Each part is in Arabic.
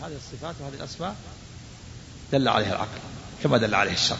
هذه الصفات وهذه الأسماء دل عليها العقل كما دل عليه الشرع.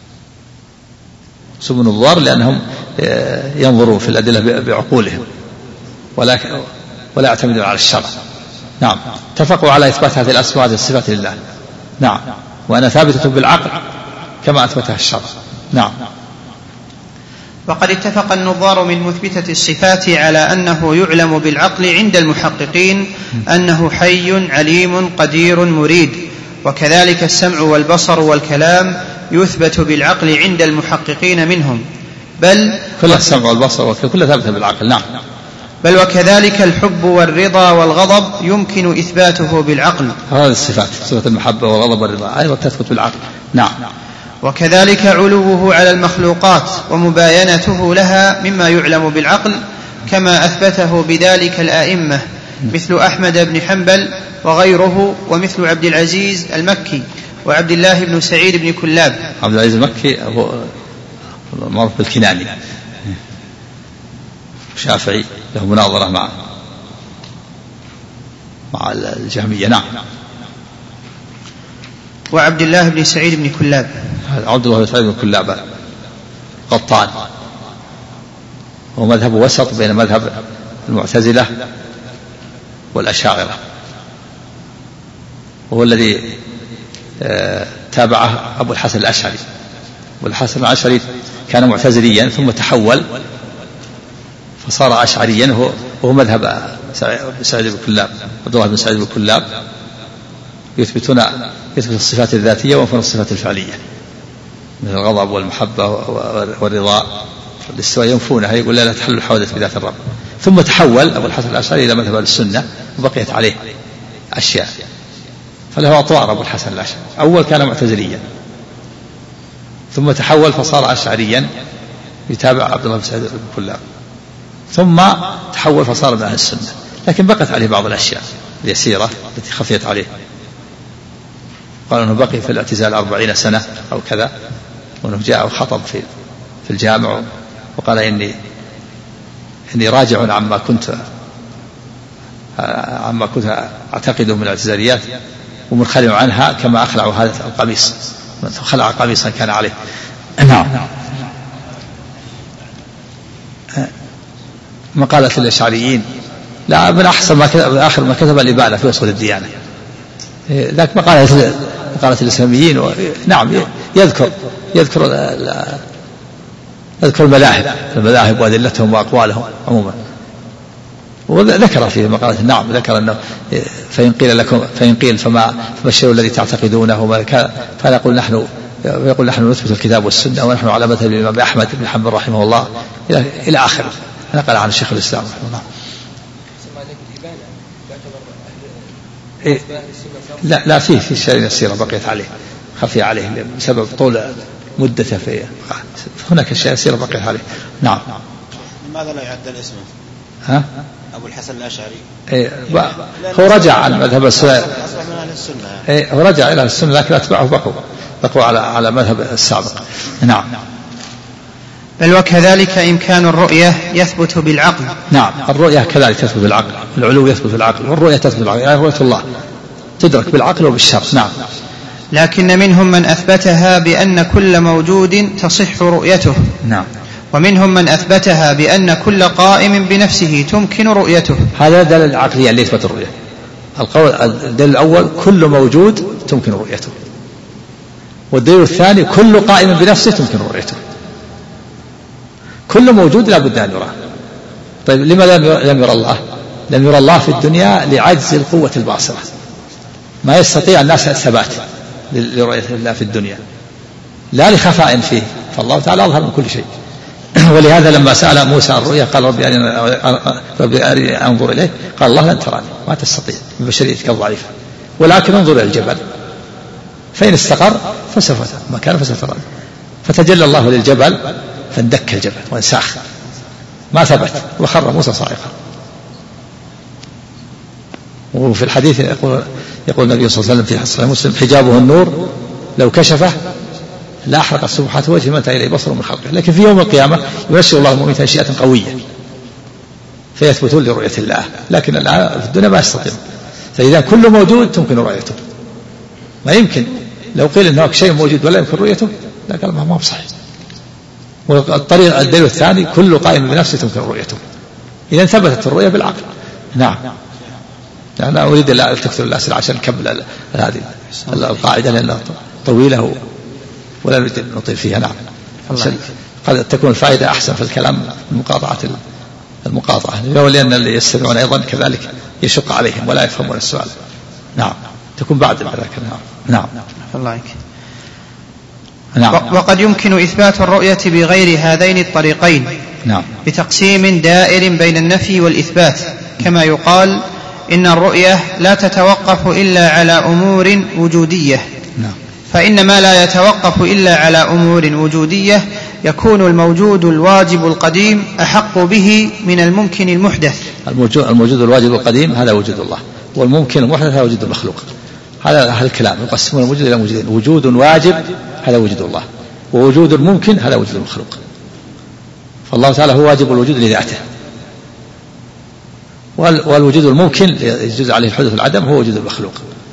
سبب النظار لأنهم ينظرون في الأدلة بعقولهم ولا يعتمدون على الشرع. نعم، اتفقوا على إثبات هذه الأسماء وهذه الصفات لله. نعم، وأنا ثابتة بالعقل كما أثبتها الشرع. نعم. وقد اتفق النظار من مثبتة الصفات على أنه يعلم بالعقل عند المحققين أنه حي عليم قدير مريد، وكذلك السمع والبصر والكلام يثبت بالعقل عند المحققين منهم، بل كل السمع والبصر والكلام كلها ثابتة بالعقل. نعم. بل وكذلك الحب والرضا والغضب يمكن إثباته بالعقل. هذه الصفات، صفة المحبة والغضب والرضا أيضا تثبت بالعقل. نعم. وكذلك علوه على المخلوقات ومباينته لها مما يعلم بالعقل، كما أثبته بذلك الآئمة مثل أحمد بن حنبل وغيره، ومثل عبد العزيز المكي وعبد الله بن سعيد بن كلاب. عبد العزيز المكي هو معروف بالكناني، شافعي، له مناظرة مع الجهمية. نعم. وعبد الله بن سعيد بن كلاب، عبد الله بن سعيد بن كلاب قطان، هو مذهب وسط بين مذهب المعتزلة والأشاعرة، وهو الذي تابعه أبو الحسن الأشعري. والحسن الأشعري كان معتزليا ثم تحول فصار أشعريا، وهو مذهب سعيد بن كلاب، عبد الله بن سعيد بن كلاب، يثبت الصفات الذاتية وينفون الصفات الفعلية مثل الغضب والمحبة والرضا والاستواء، ينفونها، يقول لا تحل الحوادث بذات الرب. ثم تحول أبو الحسن الأشعري إلى مذهب السنة وبقيت عليه أشياء، فله أطوار أبو الحسن الأشعري. أول كان معتزليا ثم تحول فصار أشعريا يتابع عبد الله بن سعيد بن كلاب، ثم تحول فصار من أهل السنة، لكن بقت عليه بعض الأشياء اليسيرة التي خفيت عليه. قال أنه بقي في الاعتزال 40 سنة أو كذا، وأنه جاء وخطب في الجامع وقال إني راجع عما كنت أعتقده من الاعتزاليات ومنخلع عنها كما أخلع هذا القميص، خلع قميصا كان عليه. نعم. مقالة الأشعريين لا من أحسن آخر ما كتب الإبانة في وصول الديانة، ذاك مقالة الإسلاميين. نعم، يذكر المذاهب وأدلتهم وأقوالهم عموما، وذكر في مقالة. نعم، ذكر أنه فإن قيل فما الشيء الذي تعتقدونه، فنقول نحن نثبت الكتاب والسنة ونحن على مذهب الإمام أحمد بن حنبل رحمه الله إلى آخره. نقل عن الشيخ الإسلام رحمه الله. لا فيه شيء يسير بقيت عليه، خفي عليه بسبب طول مدته هناك أشياء يسير بقيت عليه. نعم. لماذا لا يعدل اسمه؟ أبو الحسن الأشعري هو رجع عن مذهب السنة، هو رجع إلى السنة، لكن أتباعه بقوا على مذهب السابق. نعم. بل وكذلك إمكان الرؤية يثبت بالعقل. نعم، الرؤية كذلك تثبت بالعقل، العلو يثبت بالعقل، والرؤية تثبت بالعقل، يعني رؤية الله تدرك بالعقل وبالشرع. نعم. لكن منهم من أثبتها بأن كل موجود تصح رؤيته. نعم. ومنهم من أثبتها بأن كل قائم بنفسه تمكن رؤيته. هذا دليل العقلية اللي يثبت الرؤية. الدليل الأول كل موجود تمكن رؤيته، والدليل الثاني كل قائم بنفسه تمكن رؤيته. كل موجود لا بد أن يرى. طيب لما لم يرى الله؟ لم يرى الله في الدنيا لعجز القوة الباصرة، ما يستطيع الناس الثبات لرؤية الله في الدنيا، لا لخفاء فيه، فالله تعالى أظهر من كل شيء. ولهذا لما سأل موسى الرؤيا قال ربي أرني أنظر إليه، قال الله لن تراني، ما تستطيع ببشريتك الضعيفة، ولكن انظر إلى الجبل فإن استقر فسوف مكانه فسوف تراني. فتجلى الله للجبل فاندك الجبل وانساخ، ما ثبت، وخر موسى صاعقا. وفي الحديث يقول النبي صلى الله عليه وسلم في صحيح مسلم: حجابه النور لو كشفه لا أحرق سبحات وجهه ما انتهى إليه بصره من خلقه. لكن في يوم القيامة ينشئ الله المؤمنين تنشئة قوية فيثبتون لرؤية الله، لكن الآن في الدنيا ما يستطيع. فإذا كل موجود تمكن رؤيته. ما يمكن لو قيل إن هناك شيء موجود ولا يمكن رؤيته، لا قال ما هو صحيح. والطريق الدليل الثاني كل قائم بنفسه تمكن رؤيته، إذا ثبتت الرؤية بالعقل. نعم. لا أريد أن تكثر الأسئلة عشان نكمل هذه القاعدة لأنها طويلة ولا نريد نطيل فيها. نعم. قد تكون الفائدة أحسن في الكلام المقاطعة، لأن اللي يستمعون أيضا كذلك يشق عليهم ولا يفهمون السؤال. نعم. تكون بعد ذلك. نعم. الله نعم. وقد يمكن إثبات الرؤية بغير هذين الطريقين. نعم. بتقسيم دائر بين النفي والإثبات، كما يقال إن الرؤية لا تتوقف إلا على أمور وجودية. نعم. فإن ما لا يتوقف إلا على أمور وجودية يكون الموجود الواجب القديم أحق به من الممكن المحدث. الموجود الواجب القديم هذا وجود الله، والممكن المحدث هذا وجود المخلوق. هذا الكلام يقسمون الوجود إلى موجودين: وجود واجب هذا وجود الله، ووجود ممكن هذا وجود المخلوق. فالله تعالى هو واجب الوجود لذاته، والوجود الممكن يجوز عليه الحدث والعدم هو وجود المخلوق.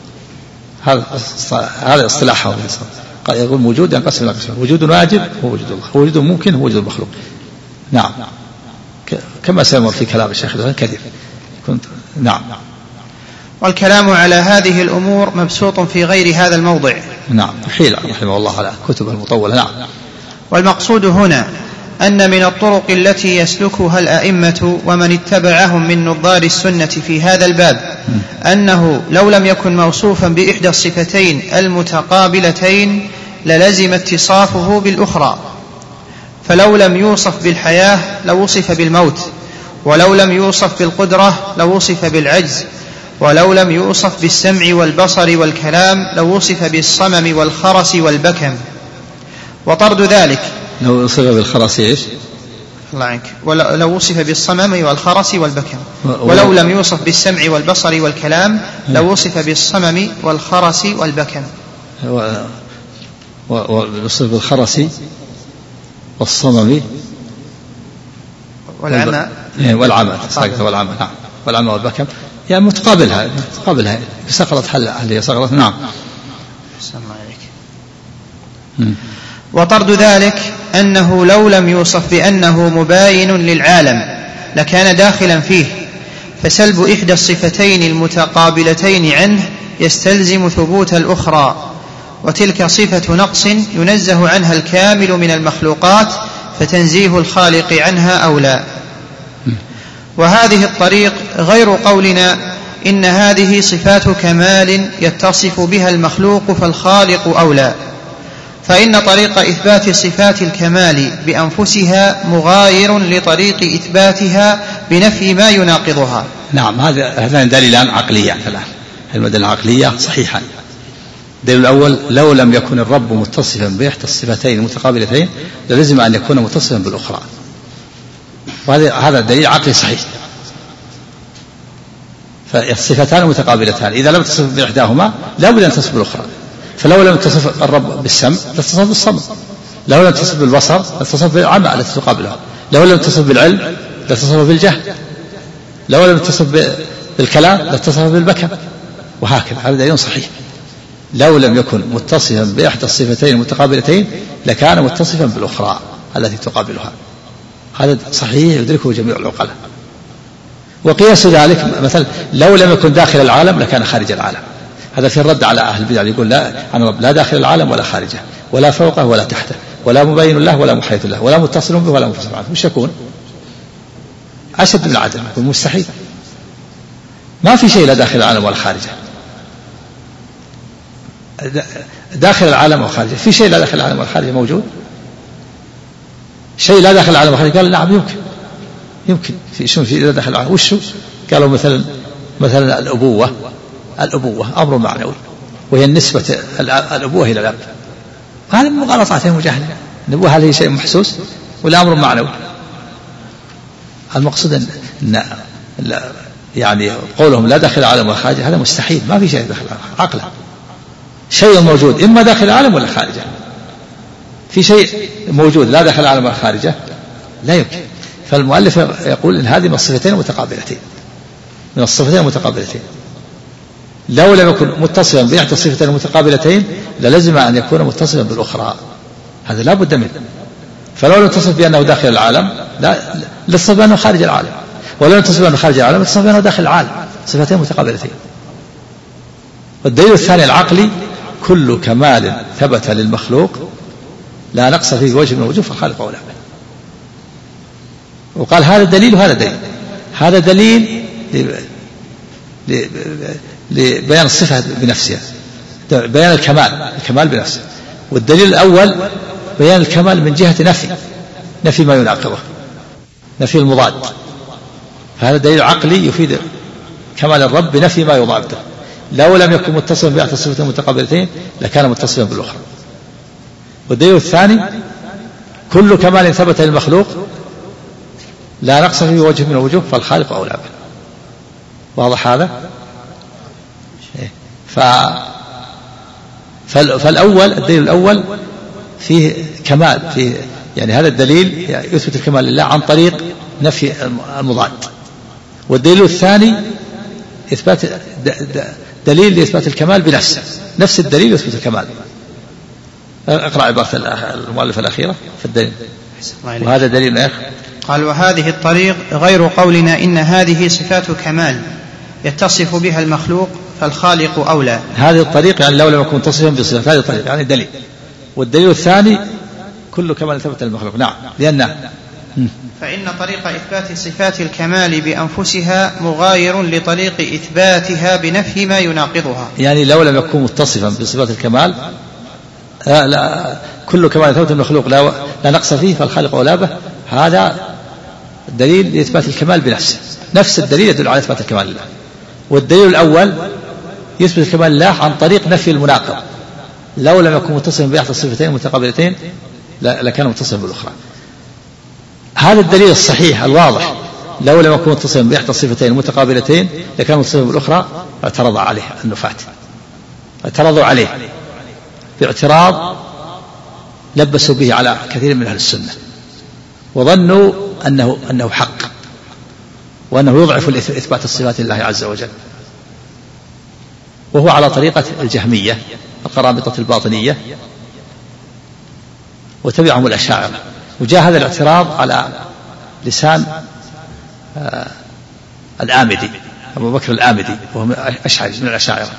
هذا اصطلاحه. قال يقول وجود ينقسم إلى قسمين: وجود واجب هو وجود الله، ووجود ممكن هو وجود المخلوق. نعم. كما سيمر في كلام الشيخ كثير. نعم. والكلام على هذه الأمور مبسوط في غير هذا الموضع. نعم. حيل رحمه الله على كتب المطولة. نعم. والمقصود هنا أن من الطرق التي يسلكها الأئمة ومن اتبعهم من نظار السنة في هذا الباب أنه لو لم يكن موصوفا بإحدى الصفتين المتقابلتين للزم اتصافه بالأخرى، فلو لم يوصف بالحياة لوصف بالموت، ولو لم يوصف بالقدرة لوصف بالعجز، ولو لم يوصف بالسمع والبصر والكلام لوصف بالصمم والخرس والبكم. وطرد ذلك لو وصف بالخرس إيش؟ الله عنك. ولو وصف بالصمم والخرس والبكم. ولو لم يوصف بالسمع والبصر والكلام لوصف بالصمم والخرس والبكم. ووصف بالخرس والصمم والعمى. والعمى. نعم. والعمى والبكم يعني متقابلها سقطت هل هي سقطت. نعم. وطرد ذلك أنه لو لم يوصف بأنه مباين للعالم لكان داخلا فيه، فسلب إحدى الصفتين المتقابلتين عنه يستلزم ثبوت الأخرى، وتلك صفة نقص ينزه عنها الكامل من المخلوقات، فتنزيه الخالق عنها أولى. وهذه الطريق غير قولنا إن هذه صفات كمال يتصف بها المخلوق فالخالق أولى، فإن طريق إثبات صفات الكمال بأنفسها مغاير لطريق إثباتها بنفي ما يناقضها. نعم. هذان دليلان عقليان. المدلة العقلية صحيحة. الدليل الأول: لو لم يكن الرب متصفا بإحدى الصفتين المتقابلتين للزم أن يكون متصفا بالأخرى. وهذا دليل عقلي صحيح. فالصفتان متقابلتان، إذا لم تصف بإحداهما لا بد أن تصف بالأخرى. فلو لم تصف الرب بالسمع لاتصف بالصمم، لو لم تصف بالبصر لاتصف بالعمى التي تقابلها، لو لم تصف بالعلم لاتصف بالجهل، لو لم تصف بالكلام لاتصف بالبكم، وهكذا. هذا دليل صحيح. لو لم يكن متصفا بإحدى الصفتين المتقابلتين لكان متصفا بالأخرى التي تقابلها. هذا صحيح يدركه جميع العقلاء. وقياس ذلك مثلا لو لم يكن داخل العالم لكان خارج العالم. هذا في الرد على أهل البدع، يقول لا عن رب لا داخل العالم ولا خارجه، ولا فوقه ولا تحته، ولا مبين له ولا محيط له، ولا متصل به ولا منفصل عنه. وش يكون؟ أشد من العدم، يكون مستحيل. ما في شيء لا داخل العالم ولا خارجه. داخل العالم وخارجه، في شيء لا داخل العالم ولا خارجه موجود؟ شيء لا داخل العالم وخارجه؟ قال نعم يمكن في شو في لا داخل العالم. وشو؟ قالوا مثلا الأبوة أمر معنوي، وهي النسبة الأبوة إلى الأب. هذا من مغالطاتهم وجهلهم. الأبوة هل هي شيء محسوس ولا أمر معنوي؟ المقصود أن يعني قولهم لا داخل العالم ولا خارجه هذا مستحيل. ما في شيء داخل العالم عقلا. شيء موجود إما داخل العالم ولا خارجه. في شيء موجود لا داخل العالم ولا خارجه لا يمكن. فالمؤلف يقول إن هذه من الصفتين المتقابلتين، من الصفتين المتقابلتين. لو لم يكن متصلا بإحدى الصفتين المتقابلتين للزم أن يكون متصلا بالأخرى، هذا لا بد منه. فلو لم يتصف بأنه داخل العالم لاتصف بأنه خارج العالم، ولو لم يتصف بأنه خارج العالم لاتصف بأنه داخل العالم، صفتين متقابلتين. والدليل الثاني العقلي: كل كمال ثبت للمخلوق لا نقص فيه بوجه من الوجوه فالخالق أولى به. وقال هذا دليل وهذا دليل. هذا دليل لبيان الصفة بنفسها، بيان الكمال بنفسه. والدليل الأول بيان الكمال من جهة نفي ما يناقضه، نفي المضاد. فهذا دليل عقلي يفيد كمال الرب بنفي ما يضاده. لو لم يكن متصلا بأحد الصفتين المتقابلتين لكان متصلا بالأخرى. والدليل الثاني: كل كمال ثبت للمخلوق لا نقص فيه وجه من الوجوه فالخالق أولى به. واضح هذا؟ فالأول الدليل الأول فيه كمال، فيه يعني هذا الدليل يثبت الكمال لله عن طريق نفي المضاد. والدليل الثاني إثبات دليل لإثبات الكمال بنفسه، نفس الدليل يثبت الكمال. اقرأ عبارة المؤلف الأخيرة في الدليل. وهذا دليل آخر. قال: وهذه الطريق غير قولنا إن هذه صفات كمال يتصف بها المخلوق فالخالق أولى. هذه الطريق يعني لو لم يكن متصفا بصفات، هذه الطريق يعني دليل. والدليل الثاني: كل كمال ثبت للمخلوق. نعم، فإن طريق إثبات صفات الكمال بأنفسها مغاير لطريق إثباتها بنفي ما يناقضها. يعني لو لم يكن متصفا بصفات الكمال لا كل كمال ثبت للمخلوق لا نقص فيه فالخالق أولى به، هذا دليل لإثبات الكمال بنفسه، نفس الدليل يدل على إثبات الكمال لله. والدليل الأول يثبت الكمال لله عن طريق نفي المناقض، لو لم يكن متصلا بأحد الصفتين المتقابلتين لكان متصلا بالأخرى. هذا الدليل الصحيح الواضح لو لم يكن متصلا بإحدى الصفتين المتقابلتين لكان متصلا بالأخرى، اعترض عليه النفاة، اعترضوا عليه باعتراض لبسوا به على كثير من أهل السنة، وظنوا أنه حق، وأنه يضعف إثبات الصفات لله عز وجل، وهو على طريقة الجهمية القرامطة الباطنية، وتبعهم الأشاعرة. وجاء هذا الاعتراض على لسان الآمدي، أبو بكر الآمدي، وهو أشعري من الأشاعرة.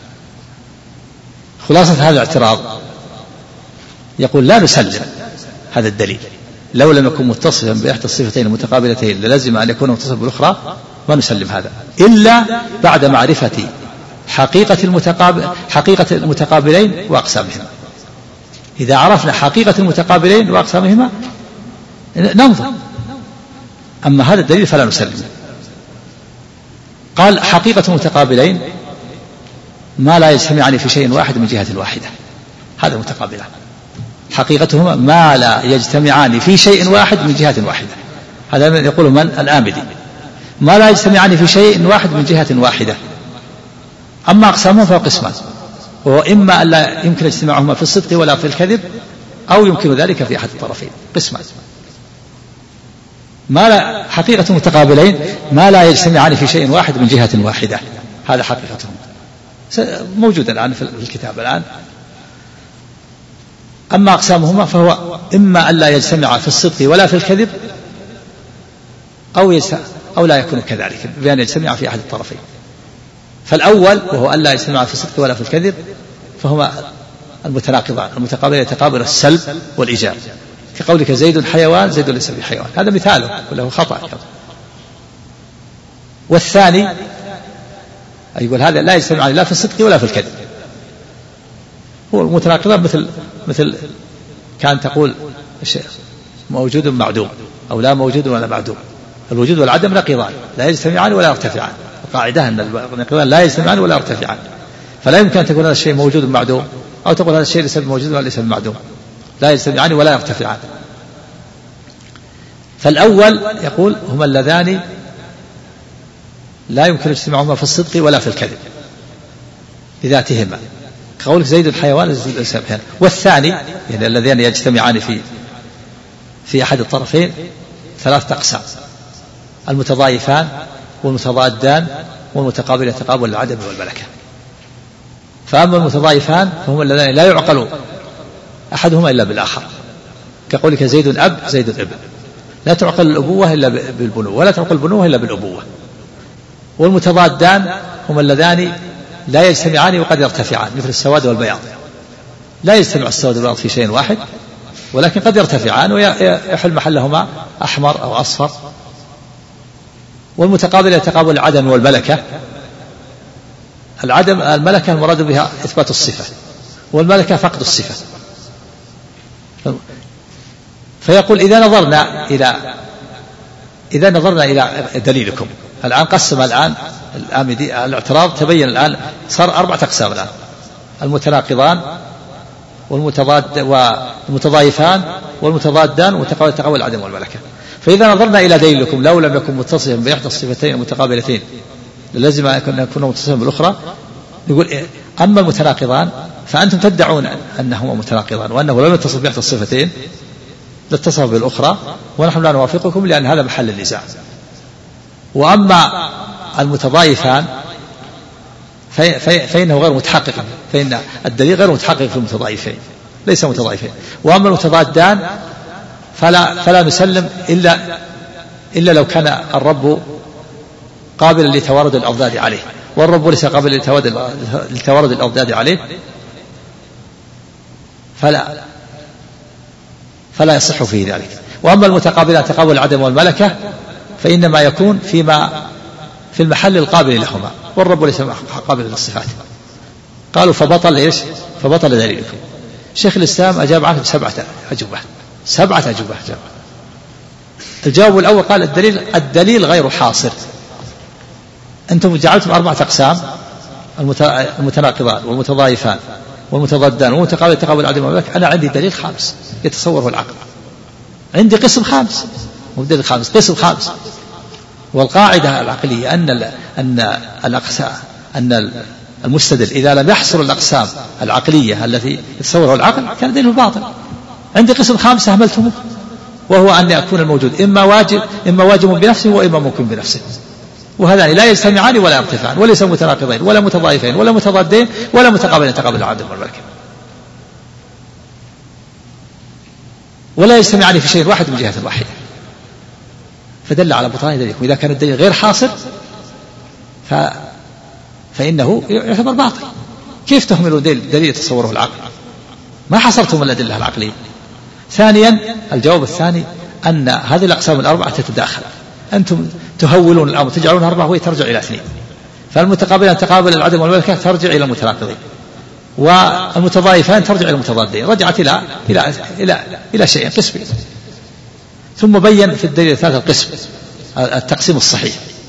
خلاصة هذا الاعتراض يقول: لا نسلم هذا الدليل، لو لم يكن متصلا بإحدى الصفتين المتقابلتين للزم أن يكون متصلا بالأخرى، ما نسلم هذا إلا بعد معرفة حقيقة المتقابلين وأقسامهما. إذا عرفنا حقيقة المتقابلين وأقسامهما ننظر، أما هذا الدليل فلا نسلم. قال: حقيقة المتقابلين ما لا يجتمعان في شيء واحد من جهة واحدة، هذا متقابلان. حقيقتهما ما لا يجتمعان في شيء واحد من جهة واحدة، هذا يقول من؟ الآمدي. ما لا يجتمعان في شيء واحد من جهة واحدة. أما أقسامهم فهو قسمان، وهو إما أن لا يمكن اجتماعهما في الصدق ولا في الكذب، أو يمكن ذلك في أحد الطرفين، قسمان. حقيقة المتقابلين ما لا يجتمعان في شيء واحد من جهة واحدة، هذا حقيقتهم موجودة الآن في الكتاب الآن. أما أقسامهما فهو إما أن لا يجتمع في الصدق ولا في الكذب، أو لا يكون كذلك بأن يجتمع في أحد الطرفين. فالأول وهو أن لا يجتمع في الصدق ولا في الكذب، فهما المتناقضان المتقابلين يتقابل السلب والإيجاب، كقولك زيد حيوان زيد ليس بحيوان، هذا مثاله وله خطأ. والثاني يقول هذا لا يجتمع لا في الصدق ولا في الكذب، هو المتناقضان مثل كان تقول موجود معدوم، أو لا موجود ولا معدوم. الوجود والعدم نقيضان لا يجتمعان ولا يرتفعان، القاعدة أن النقيضان لا يجتمعان ولا يرتفعان، فلا يمكن أن تكون هذا الشيء موجود معدوم، أو تقول هذا الشيء ليس بموجود ولا ليس بمعدوم، لا يجتمعان ولا يرتفعان. فالأول يقول هما اللذان لا يمكن اجتماعهما في الصدق ولا في الكذب بذاتهما، كقولك زيد الحيوان زيد ليس بحيوان. والثاني يعني اللذان يجتمعان في أحد الطرفين ثلاثة أقسام: المتضايفان والمتضادان والمتقابل يتقابل العدم والملكة. فأما المتضايفان فهم اللذان لا يعقل أحدهما إلا بالآخر، كقولك زيد أب زيد ابن، لا تعقل الأبوة إلا بالبنوة، ولا تعقل البنوة إلا بالأبوة. والمتضادان هم اللذان لا يجتمعان وقد يرتفعان، مثل السواد والبياض، لا يجتمع السواد والبياض في شيء واحد، ولكن قد يرتفعان ويحل محلهما أحمر أو أصفر. والمتقابل يتقابل العدم والملكة. العدم الملكة المراد بها إثبات الصفة، والملكة فقد الصفة. فيقول إذا نظرنا إلى دليلكم، الآن قسم الآن الآمدي الاعتراض، تبين الآن صار 4 أقسام الآن: المتناقضان والمتضايفان والمتضادان وتقابل العدم والملكة. فإذا نظرنا إلى دليلكم لو لم يكن متصلا بإحدى الصفتين المتقابلتين لازم أن يكون متصلا بالأخرى. نقول أما المتناقضان فأنتم تدعون أنهما متناقضان، وأنه لو يتصل بإحدى الصفتين لاتصل بالأخرى، ونحن لا نوافقكم لأن هذا محل النزاع. وأما المتضايفان فإنه غير متحقق، فإن الدليل غير متحقق في المتضايفين، ليس متضايفين. وأما المتضادان فلا نسلم إلا لو كان الرب قابلا لتوارد الأضداد عليه، والرب ليس قابلا لتوارد الأضداد عليه، فلا يصح فيه ذلك. وأما المتقابلان تقابل العدم والملكة فإنما يكون في المحل القابل لهما، والرب ليس قابل للصفات. قالوا فبطل دليلكم. شيخ الإسلام أجاب عنه سبعة أجوبة. الجواب الأول قال الدليل غير حاصر. أنتم جعلتم 4 أقسام: المتناقضان والمتضايفان والمتضادان والمتقابل تقابل العدم والملكة. أنا عندي دليل 5 يتصوره العقل، عندي قسم 5 مبدل 5 قسم 5. والقاعدة العقلية أن المستدل إذا لم يحصر الأقسام العقلية التي يتصورها العقل كان دليله باطل. عندي قسم 5 أهملتموه، وهو أن يكون الموجود إما واجب بنفسه وإما ممكن بنفسه، وهذان لا يجتمعان ولا يرتفعان، وليس متناقضين ولا متضايفين ولا متضادين ولا متقابلين تقابل العدم والملكة، ولا يجتمعان في شيء واحد من جهة واحدة. فدل على بطلان دليلكم. إذا كان الدليل غير حاصر فإنه يعتبر باطل. كيف تهملوا دليل يتصوره العقل؟ ما حصرتم الأدلة العقلية. ثانيا الجواب الثاني أن هذه الأقسام الأربعة تتداخل، أنتم تهولون الأمر تجعلون 4 وهي ترجع إلى 2. فالمتقابلان تقابل العدم والملكة ترجع إلى المتناقضين، والمتضايفان ترجع إلى المتضادين، رجعت إلى شيء قسمي. ثم بين في الدليل الثالث القسم التقسيم الصحيح.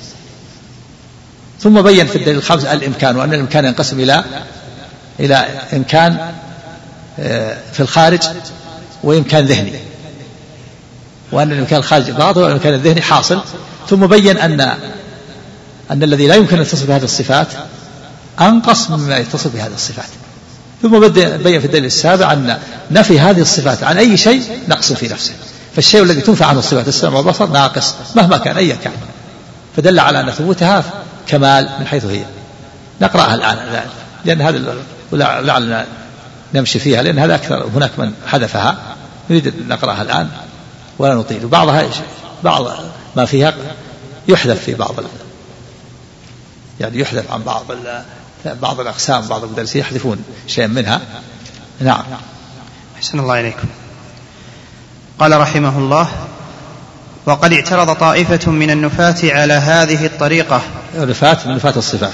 ثم بين في الدليل الخامس الإمكان، وأن الإمكان ينقسم إلى إمكان في الخارج وإمكان ذهني، وأن الإمكان الخارجي باطل والإمكان الذهني حاصل. ثم بين أن الذي لا يمكن أن يتصل بهذه الصفات أنقص مما يتصل بهذه الصفات. ثم بين في الدليل السابع أن نفي هذه الصفات عن أي شيء نقص في نفسه، فالشيء الذي تنفى عنه الصفات السمع والبصر ناقص مهما كان أي كان، فدل على أن ثبوتها كمال من حيث هي. نقرأها الآن لأن هذا لعلنا نمشي فيها، لأن هذا أكثر، هناك من حذفها، نريد نقرأها الآن ولا نطيل. بعض ما فيها يحذف في يعني يحذف عن بعض الأقسام، بعض المدرسين يحذفون شيئا منها. نعم. أحسن الله إليكم. قال رحمه الله: وقد اعترض طائفة من النفاة على هذه الطريقة. النفاة من نفاة الصفات،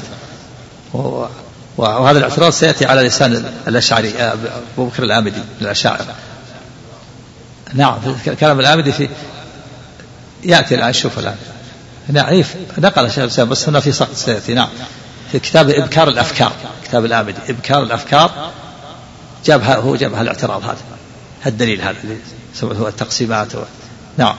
وهذا الاعتراض سيأتي على لسان الأشعري أبو بكر الآمدي من الأشاعرة. نعم، كلام الآمدي في يأتي الآن، شوف الآن. نعم، نقل الشيخ الإسلام بس هنا في سقط سيأتي. نعم، في كتاب إبكار الأفكار، كتاب الآمدي إبكار الأفكار، جابها الاعتراض هذا الدليل هذا اللي سموه التقسيمات. نعم،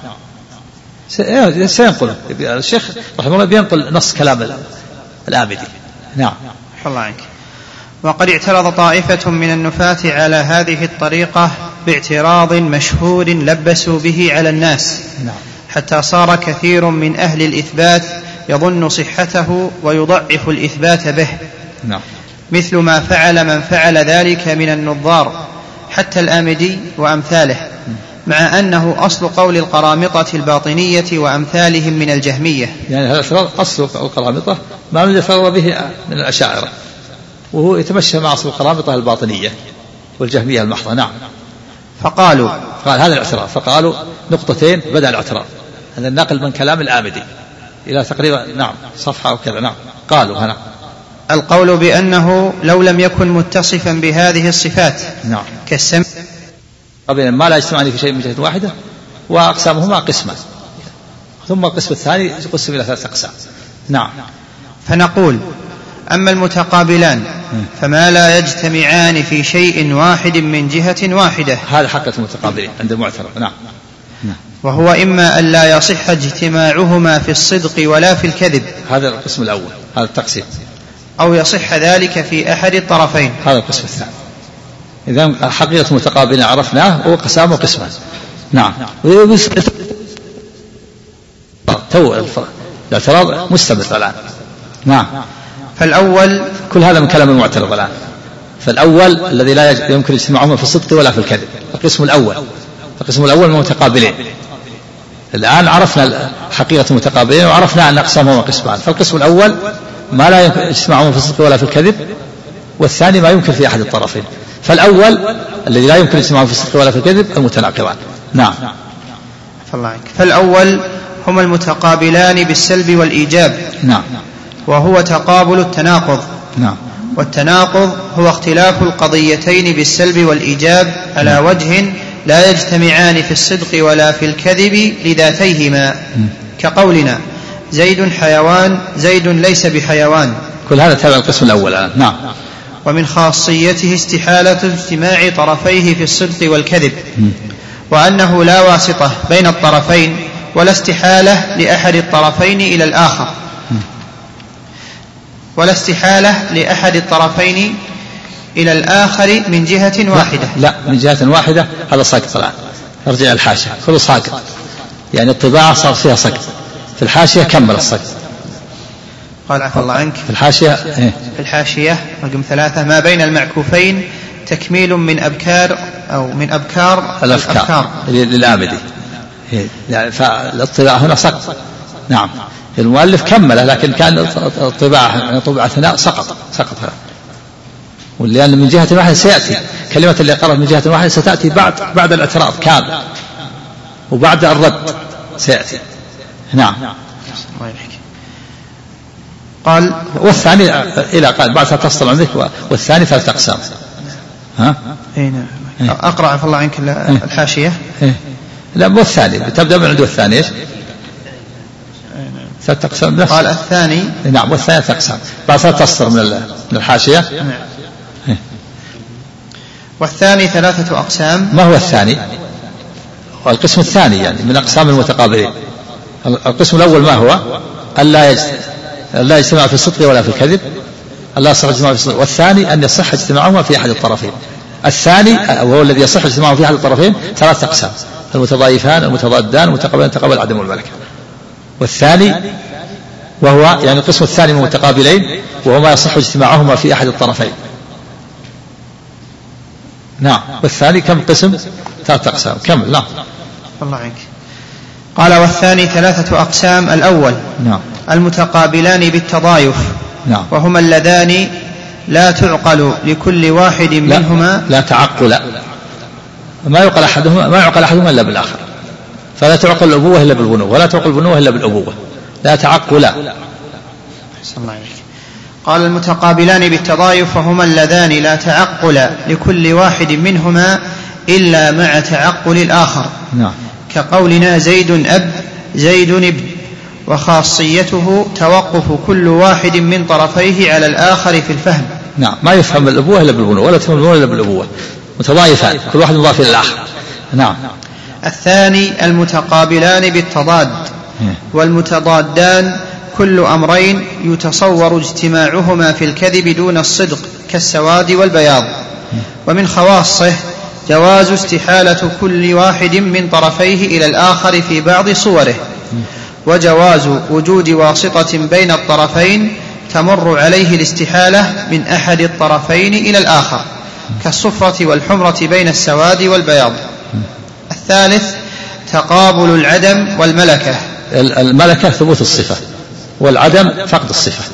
سينقل الشيخ رحمه الله، بينقل نص كلام الآمدي. نعم. الله عنك. وقد اعترض طائفة من النفاة على هذه الطريقة باعتراض مشهور لبسوا به على الناس. نعم. حتى صار كثير من أهل الإثبات يظن صحته ويضعف الإثبات به. نعم. مثل ما فعل من فعل ذلك من النظار حتى الآمدي وأمثاله، مع أنه أصل قول القرامطة الباطنية وأمثالهم من الجهمية. يعني هذا الاعتراض أصل القرامطة ما من يفرض به من الأشاعرة، وهو يتمشى مع أصل القرامطة الباطنية والجهمية المحضة. نعم. فقالوا قال هذا الاعتراض، فقالوا نقطتين بدأ الاعتراض، هذا النقل من كلام الآمدي إلى تقريبا نعم صفحة أو كذا. نعم. قالوا هنا القول بأنه لو لم يكن متصفا بهذه الصفات نعم كالسمع ما لا يجتمعان في شيء من جهة واحدة، وأقسامهما قسمان، ثم القسم الثاني يقسم إلى 3 أقسام. نعم. فنقول أما المتقابلان فما لا يجتمعان في شيء واحد من جهة واحدة، هذا حقة المتقابلين عند المعترض. نعم. وهو إما أن لا يصح اجتماعهما في الصدق ولا في الكذب، هذا القسم الأول، هذا التقسيم، أو يصح ذلك في أحد الطرفين، هذا القسم الثاني. إذن حقيقة المتقابلين عرفناه وقسامه قسمان. نعم. الاعتراض مستمر الآن. نعم. فالأول كل هذا من كلام المعترض الآن. فالأول الذي لا يمكن اجتماعهما في الصدق ولا في الكذب، القسم الأول من المتقابلين. الآن عرفنا حقيقة المتقابلين وعرفنا أن أقسامهما قسمان. فالقسم الأول ما لا يمكن اجتماعهما في الصدق ولا في الكذب، والثاني ما يمكن في أحد الطرفين. فالأول الذي لا يمكن اجتماعه في الصدق ولا في الكذب المتناقضان. نعم. فالأول هما المتقابلان بالسلب والإيجاب. نعم. وهو تقابل التناقض. نعم. والتناقض هو اختلاف القضيتين بالسلب والإيجاب على وجه لا يجتمعان في الصدق ولا في الكذب لذاتيهما، كقولنا زيد حيوان زيد ليس بحيوان. كل هذا تابع القسم الأول. نعم. ومن خاصيته استحالة اجتماع طرفيه في الصدق والكذب، وأنه لا واسطة بين الطرفين ولا استحالة لأحد الطرفين إلى الآخر، ولا استحالة لأحد الطرفين إلى الآخر من جهة واحدة. لا من جهة واحدة، هذا ساقط الآن. ارجع الحاشية، كله ساقط، يعني الطباعة صار فيها سقط. في الحاشية كمل السقط. قال عفى الله عنك في الحاشية في الحاشية رقم 3 ما بين المعكوفين تكميل من أبكار أو من أبكار الأفكار للآمدي، فالطباعة هنا سقط. نعم. المؤلف كمله، لكن كان الطباعة طبعة ثناء سقط. ولأن من جهة واحدة سيأتي كلمة اللي قرأت من جهة واحدة ستأتي بعد الاعتراض كامل وبعد الرد سيأتي. نعم. قال والثاني إلى قال بعد تفصل عندك، والثاني 3 أقسام. نعم. أقرأ عفى الله عنك الحاشية. لا والثاني تبدأ من عنده الثاني إيش 3 أقسام. قال الثاني. نعم. والثاني 3 أقسام بعد تفصل من الحاشية. والثاني 3 أقسام. ما هو الثاني؟ القسم الثاني يعني من أقسام المتقابلين. القسم الأول ما هو؟ ألا يجتمع في الصدق ولا في الكذب، ألا يصح اجتماعهما في الصدق. والثاني أن يصح اجتماعهما في أحد الطرفين. الثاني وهو الذي يصح اجتماعهما في أحد الطرفين 3 أقسام: المتضايفان، المتضادان، المتقابلان تقابل العدم والملكة. والثاني وهو يعني القسم الثاني من المتقابلين وهو ما يصح اجتماعهما في أحد الطرفين. نعم. والثاني كم قسم؟ 3 أقسام. كمل. نعم. الله عنك. قال والثاني 3 أقسام. الأول نعم. المتقابلان بالتضايف. نعم. وهما اللذان لا تعقل لكل واحد منهما. لا تعقل، ما يعقل أحدهما إلا بالآخر، فلا تعقل الأبوة إلا بالبنوة، ولا تعقل البنوة إلا بالأبوة. لا تعقل. قال المتقابلان بالتضايف وهما اللذان لا تعقل لكل واحد منهما إلا مع تعقل الآخر. نعم. كقولنا زيد أب زيد ابن، وخاصيته توقف كل واحد من طرفيه على الآخر في الفهم. نعم. ما يفهم الأبوة إلا بالبنوة، ولا تفهم البنوة إلا بالأبوة، متضايفان كل واحد مضاف إلى الآخر. نعم. الثاني المتقابلان بالتضاد. والمتضادان كل أمرين يتصور اجتماعهما في الكذب دون الصدق كالسواد والبياض. ومن خواصه جواز استحالة كل واحد من طرفيه إلى الآخر في بعض صوره، وجواز وجود واسطة بين الطرفين تمر عليه الاستحالة من أحد الطرفين إلى الآخر كالصفرة والحمرة بين السواد والبياض. الثالث تقابل العدم والملكة. الملكة ثبوت الصفة والعدم فقد الصفة.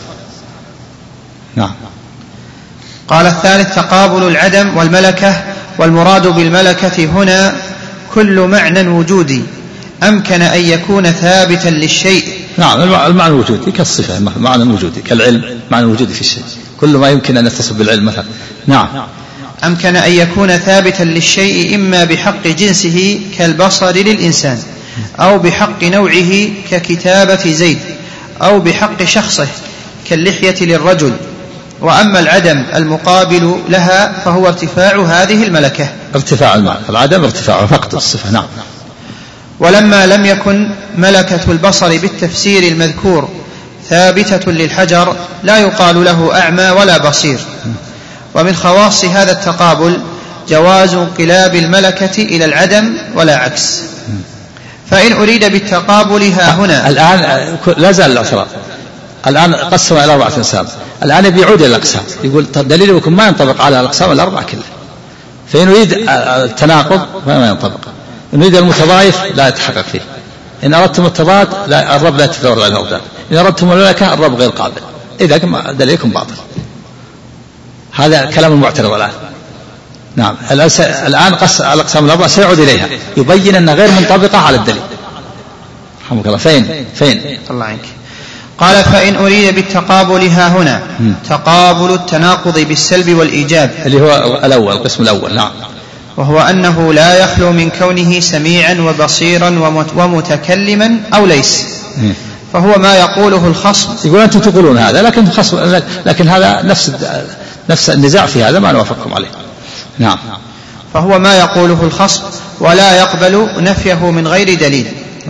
نعم. قال الثالث تقابل العدم والملكة، والمراد بالملكة هنا كل معنى وجودي أمكن أن يكون ثابتا للشيء. نعم، المعنى الوجودي كالصفة، معنى وجودي كالعلم، معنى وجودي في الشيء، كل ما يمكن أن يتصف بالعلم مثلا. نعم. أمكن أن يكون ثابتا للشيء إما بحق جنسه كالبصر للإنسان، أو بحق نوعه ككتابة زيد، أو بحق شخصه كاللحية للرجل. وأما العدم المقابل لها فهو ارتفاع هذه الملكة. ارتفاع المعنى، العدم ارتفاع فقد الصفة. نعم. ولما لم يكن ملكة البصر بالتفسير المذكور ثابتة للحجر لا يقال له أعمى ولا بصير. ومن خواص هذا التقابل جواز انقلاب الملكة إلى العدم ولا عكس. فإن أريد بالتقابل ها هنا الآن لا زال الاعتراض، الآن قسم إلى 4 أقسام، الآن بيعود إلى الأقسام، يقول دليلكم ما ينطبق على الأقسام الأربعة كلها. فإن يريد التناقض فما ينطبق، إن يريد المتضايف لا يتحقق فيه. إن أردتم التضاد لا، الرب لا يتفاور على الأضداد. إن أردتم الملكة الرب غير قابل، إذا دليلكم باطل. هذا كلام المعترض الآن. نعم. الآن الأقسام الأربعة سيعود إليها، يبين أنها غير منطبقة على الدليل. رحمك الله. فين الله عنك. قال فإن أريد بالتقابل ها هنا تقابل التناقض بالسلب والإيجاب، اللي هو الأول، القسم الأول. نعم. وهو أنه لا يخلو من كونه سميعا وبصيرا ومتكلما أو ليس، فهو ما يقوله الخصم. يقول أنتم تقولون هذا، لكن هذا نفس النزاع في هذا ما نوافقكم عليه. نعم. فهو ما يقوله الخصم ولا يقبل نفيه من غير دليل.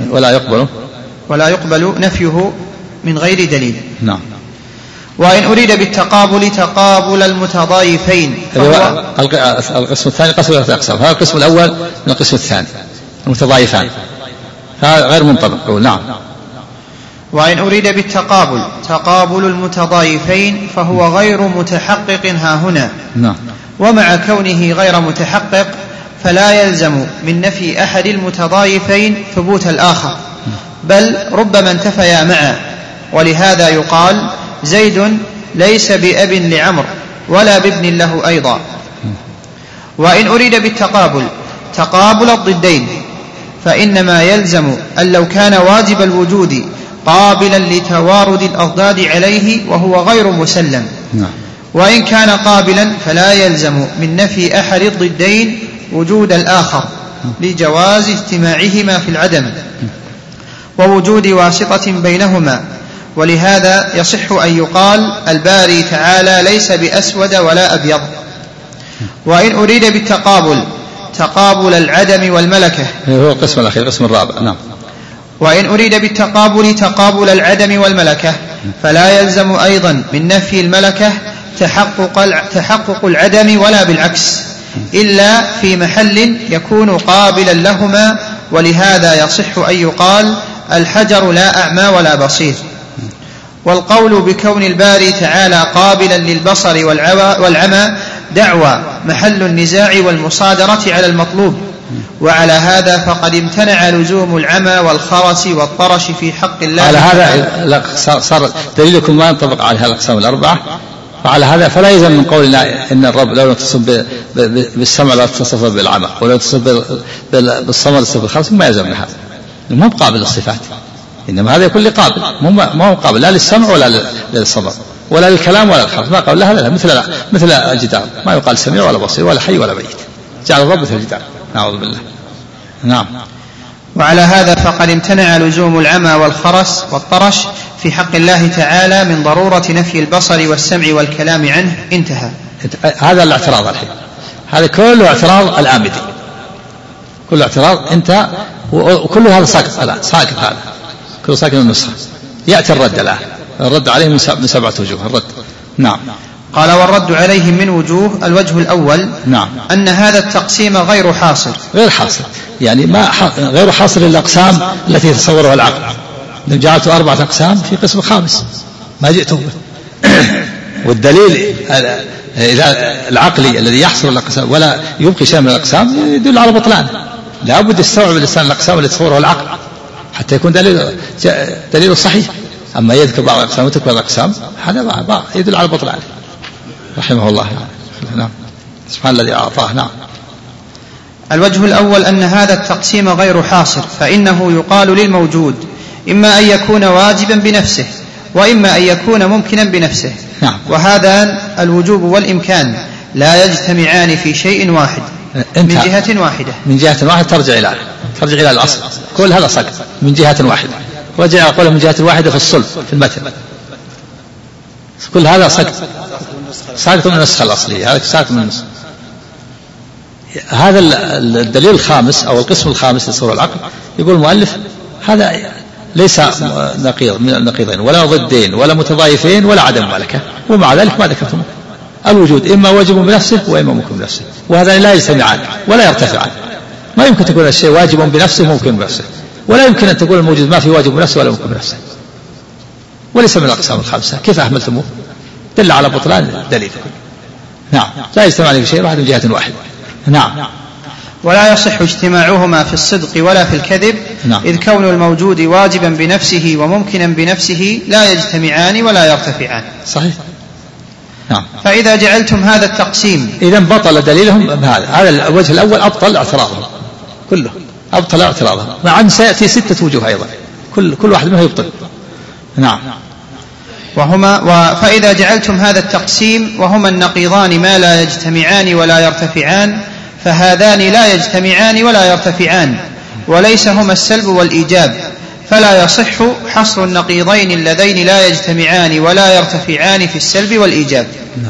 ولا يقبل نفيه من غير دليل. نعم. وإن أريد بالتقابل تقابل المتضايفين فهو القسم الثاني قسم 3 أقسام. هذا القسم الأول من القسم الثاني المتضايفان، هذا غير منطبق. نعم. وإن أريد بالتقابل تقابل المتضايفين فهو غير متحقق ها هنا. نعم. ومع كونه غير متحقق فلا يلزم من نفي أحد المتضايفين ثبوت الآخر، بل ربما انتفيا معا. ولهذا يقال زيد ليس بأب لعمر ولا بابن له أيضا. وإن أريد بالتقابل تقابل الضدين فإنما يلزم أن لو كان واجب الوجود قابلا لتوارد الأضداد عليه وهو غير مسلم، وإن كان قابلا فلا يلزم من نفي أحد الضدين وجود الآخر لجواز اجتماعهما في العدم ووجود واسطة بينهما. ولهذا يصح أن يقال الباري تعالى ليس بأسود ولا أبيض. وإن أريد بالتقابل تقابل العدم والملكة، هو القسم الأخير، القسم الرابع. نعم. وإن أريد بالتقابل تقابل العدم والملكة فلا يلزم أيضا من نفي الملكة تحقق العدم ولا بالعكس، إلا في محل يكون قابلا لهما. ولهذا يصح أن يقال الحجر لا أعمى ولا بصير. والقول بكون الباري تعالى قابلا للبصر والعمى دعوى محل النزاع والمصادرة على المطلوب. وعلى هذا فقد امتنع لزوم العمى والخرس والطرش في حق الله. على هذا صار دليلكم ما ينطبق على الأقسام الأربعة. فعلى هذا فلا يلزم من قولنا إن الرب لو يتصف بالسمع لا يتصف بالعمى، ولو يتصف بالصمد يتصف بالخرس، ما يلزم من هذا. ما هو قابل للصفات، إنما هذا يكون لقابل، ما هو قابل لا للسمع ولا للصمد ولا للكلام ولا للخرس. ما قال هذا مثل الجدار، ما يقال سميع ولا بصير ولا حي ولا ميت، جعل الرب مثل الجدار. نعوذ بالله. نعم. وعلى هذا فقد امتنع لزوم العمى والخرس والطرش في حق الله تعالى من ضرورة نفي البصر والسمع والكلام عنه. انتهى. هذا الاعتراض الحين، هذا كله اعتراض الآمدي، كله اعتراض انتهى، وكل هذا ساقط الآن، ساقط هذا كله ساقط من النسخة. يأتي الرد الآن، الرد عليه من 7 وجوه الرد. نعم. قال والرد عليهم من وجوه. الوجه الأول نعم. أن هذا التقسيم غير حاصر، يعني ما غير حاصر للأقسام التي يتصورها العقل. جعلت 4 أقسام في قسم خامس ما جئته به. والدليل العقلي الذي يحصل الأقسام ولا يبقي شيء من الأقسام يدل على بطلان. لا بد يستوعب الإنسان الأقسام التي تصورها العقل حتى يكون دليل صحيح. أما يذكر بعض الأقسام وتكبر بعض الأقسام هذا يدل على بطلان رحمه الله. نعم. سبحان الذي أعطاه. نعم. الوجه الأول أن هذا التقسيم غير حاصر، فإنه يقال للموجود إما أن يكون واجبا بنفسه وإما أن يكون ممكنا بنفسه. نعم. وهذان الوجوب والإمكان لا يجتمعان في شيء واحد من جهة واحدة. من جهة واحدة ترجع إلى الأصل. كل هذا سقط من جهة واحدة. رجع أقول من جهة واحدة في الصلب في المتن. كل هذا سقط من النسخة الأصلية. هذا سقط من النسخة. هذا الدليل الخامس أو القسم الخامس لصور العقل يقول المؤلف هذا ليس نقيض من النقيضين ولا ضدين ولا متضايفين ولا عدم ملكة، ومع ذلك ما ذكرتم الوجود إما واجب بنفسه وإما ممكن بنفسه، وهذا لا يجتمعان ولا يرتفعان. ما يمكن تقول الشيء واجب بنفسه وممكن بنفسه، ولا يمكن أن تقول الموجود ما في واجب بنفسه ولا ممكن بنفسه، وليس من الأقسام الخمسة. كيف أحملتموه؟ دل على بطلان دليل. نعم. لا يجتمعان في شيء واحد من جهة واحدة. نعم. ولا يصح اجتماعهما في الصدق ولا في الكذب. نعم. إذ كون الموجود واجبا بنفسه وممكنا بنفسه لا يجتمعان ولا يرتفعان. صحيح. نعم. فإذا جعلتم هذا التقسيم إذن بطل دليلهم هذا الوجه الأول أبطل اعتراضهم كله، أبطل اعتراضهم، مع أن سيأتي 6 وجوه أيضا كل واحد منه يبطل. نعم. فإذا جعلتم هذا التقسيم وهما النقيضان ما لا يجتمعان ولا يرتفعان، فهذان لا يجتمعان ولا يرتفعان وليس هما السلب والإيجاب، فلا يصح حصر النقيضين اللذين لا يجتمعان ولا يرتفعان في السلب والإيجاب.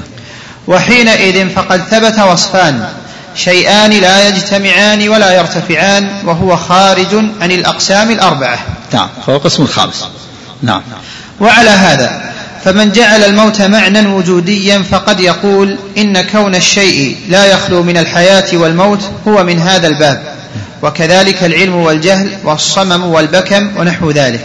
وحينئذ فقد ثبت وصفان: شيئان لا يجتمعان ولا يرتفعان، وهو خارج عن الأقسام الأربعة. نعم. فهو قسم الخامس. نعم. وعلى هذا فمن جعل الموت معنى وجوديا فقد يقول إن كون الشيء لا يخلو من الحياة والموت هو من هذا الباب، وكذلك العلم والجهل والصمم والبكم ونحو ذلك.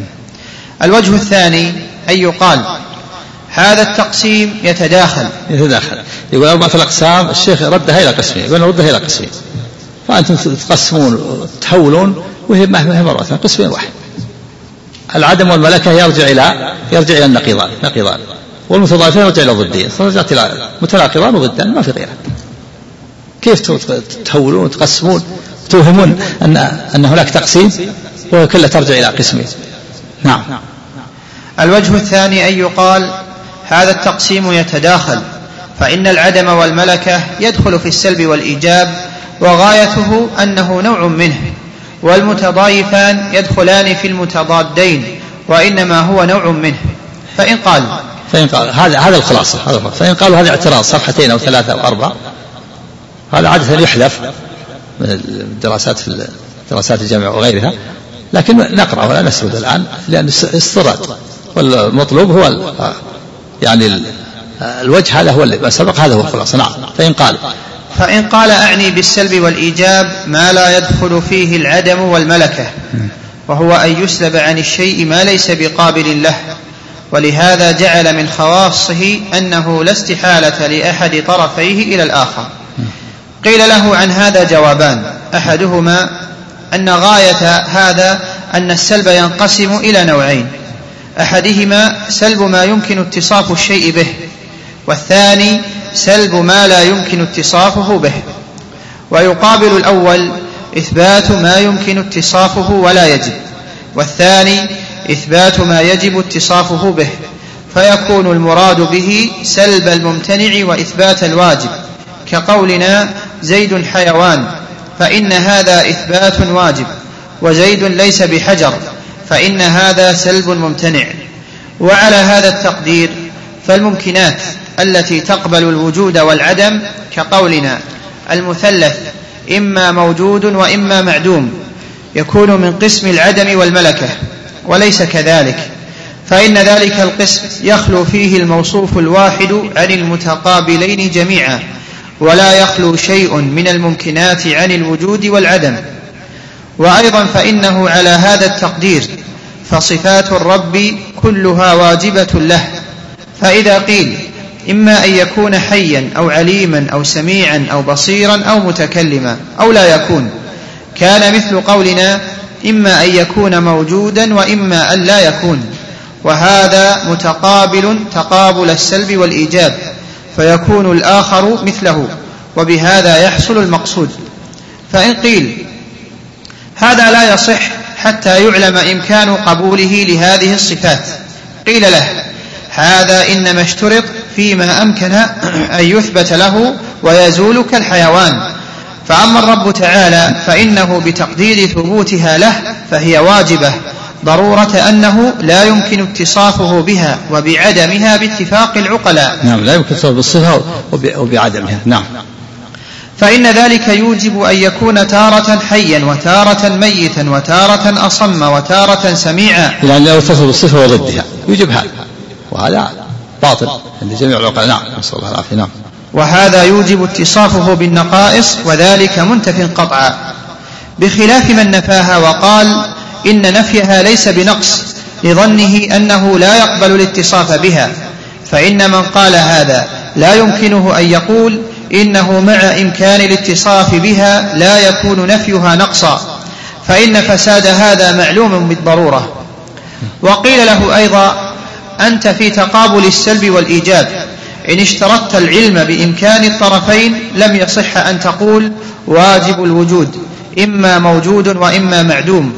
الوجه الثاني أن يقال هذا التقسيم يتداخل. يقول 4 الأقسام، الشيخ ردها إلى قسمين، يقول ردها إلى قسمين، فأنتم تقسمون وتحولون وهي مرة قسمين واحد. العدم والملكة يرجع إلى النقيضان، والمتضايفين يرجع إلى الضدين، فرجعت إلى متناقضان وضدان، ما في غيره. كيف تحولون وتقسمون توهمون أن هناك تقسيم وهي كلها ترجع إلى قسمين. نعم. الوجه الثاني أن يقال هذا التقسيم يتداخل، فإن العدم والملكة يدخل في السلب والإيجاب، وغايته أنه نوع منه، والمتضايفان يدخلان في المتضادين، وإنما هو نوع منه. فإن قال هذا الخلاصة، فإن قالوا هذا اعتراض 2 أو 3 أو 4، هذا عادة يحذف من الدراسات الجامعة وغيرها، لكن نقرأ ولا نسرد الآن لأن استراد، والمطلوب هو يعني الوجه هذا هو اللي سبق، هذا هو الخلاصة. نعم. فإن قال أعني بالسلب والإيجاب ما لا يدخل فيه العدم والملكة، وهو أن يسلب عن الشيء ما ليس بقابل له، ولهذا جعل من خواصه أنه لا استحالة لأحد طرفيه إلى الآخر. قيل له عن هذا جوابان: أحدهما أن غاية هذا أن السلب ينقسم إلى نوعين: أحدهما سلب ما يمكن اتصاف الشيء به، والثاني سلب ما لا يمكن اتصافه به. ويقابل الأول إثبات ما يمكن اتصافه ولا يجب، والثاني إثبات ما يجب اتصافه به، فيكون المراد به سلب الممتنع وإثبات الواجب، كقولنا زيد حيوان، فإن هذا إثبات واجب، وزيد ليس بحجر، فإن هذا سلب ممتنع. وعلى هذا التقدير فالممكنات التي تقبل الوجود والعدم كقولنا المثلث إما موجود وإما معدوم يكون من قسم العدم والملكة، وليس كذلك، فإن ذلك القسم يخلو فيه الموصوف الواحد عن المتقابلين جميعا، ولا يخلو شيء من الممكنات عن الوجود والعدم. وأيضا فإنه على هذا التقدير فصفات الرب كلها واجبة له، فإذا قيل إما أن يكون حيا أو عليما أو سميعا أو بصيرا أو متكلما أو لا يكون، كان مثل قولنا إما أن يكون موجودا وإما أن لا يكون، وهذا متقابل تقابل السلب والإيجاب، فيكون الآخر مثله، وبهذا يحصل المقصود. فإن قيل هذا لا يصح حتى يعلم إمكان قبوله لهذه الصفات، قيل له هذا إنما اشترط فيما أمكن أن يثبت له ويزول كالحيوان، فأما الرب تعالى فإنه بتقدير ثبوتها له فهي واجبة ضرورة أنه لا يمكن اتصافه بها وبعدمها باتفاق العقلاء. نعم، لا يمكن اتصافه بالصفة وبعدمها. نعم. فإن ذلك يوجب أن يكون تارة حيا وتارة ميتا وتارة أصم وتارة سميعا، يعني لو اتصف بالصفة وضدها يوجب هذا، وهذا باطل عند جميع العقلاء. نعم، نسأل الله العافية. نعم. وهذا يوجب اتصافه بالنقائص، وذلك منتف قطعا، بخلاف من نفاها وقال إن نفيها ليس بنقص لظنه أنه لا يقبل الاتصاف بها، فإن من قال هذا لا يمكنه أن يقول إنه مع إمكان الاتصاف بها لا يكون نفيها نقصا، فإن فساد هذا معلوم بالضرورة. وقيل له أيضا أنت في تقابل السلب والإيجاب إن اشترطت العلم بإمكان الطرفين لم يصح أن تقول واجب الوجود إما موجود وإما معدوم،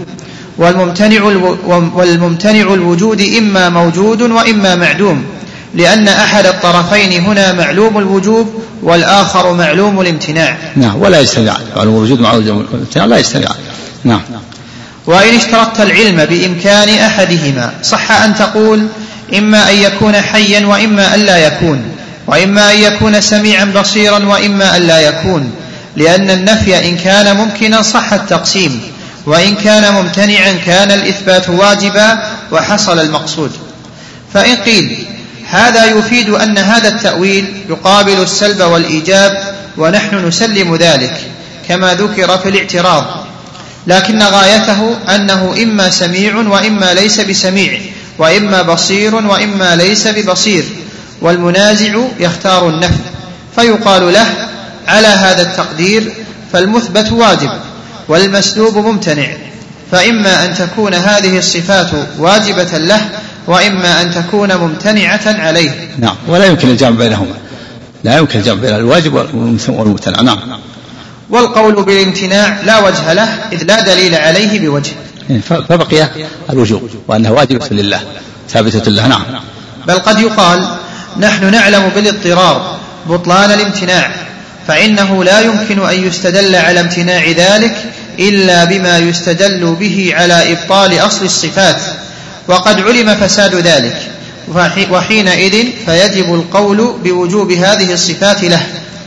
والممتنع الوجود إما موجود وإما معدوم، لأن أحد الطرفين هنا معلوم الوجوب والآخر معلوم الامتناع. نعم، ولا يجتمع معلوم الوجود مع الامتناع، لا يجتمع. نعم. وإن اشترطت العلم بإمكان أحدهما صح أن تقول إما أن يكون حيا وإما أن لا يكون، وإما أن يكون سميعا بصيرا وإما أن لا يكون، لأن النفي إن كان ممكنا صح التقسيم، وإن كان ممتنعا كان الإثبات واجبا وحصل المقصود. فإن قيل هذا يفيد أن هذا التأويل يقابل السلب والإيجاب ونحن نسلم ذلك كما ذكر في الاعتراض، لكن غايته أنه إما سميع وإما ليس بسميع، وإما بصير وإما ليس ببصير، والمنازع يختار النفي، فيقال له على هذا التقدير فالمثبت واجب والمسلوب ممتنع، فإما أن تكون هذه الصفات واجبة له وإما أن تكون ممتنعة عليه. نعم، ولا يمكن الجمع بينهما، لا يمكن الجمع بين الواجب والممتنع. نعم. والقول بالامتناع لا وجه له إذ لا دليل عليه بوجه، فبقي الوجوب وأنه واجبة لله ثابتة له. نعم. بل قد يقال نحن نعلم بالاضطرار بطلان الامتناع، فإنه لا يمكن أن يستدل على امتناع ذلك إلا بما يستدل به على إبطال أصل الصفات، وقد علم فساد ذلك، وحينئذ فيجب القول بوجوب هذه الصفات له.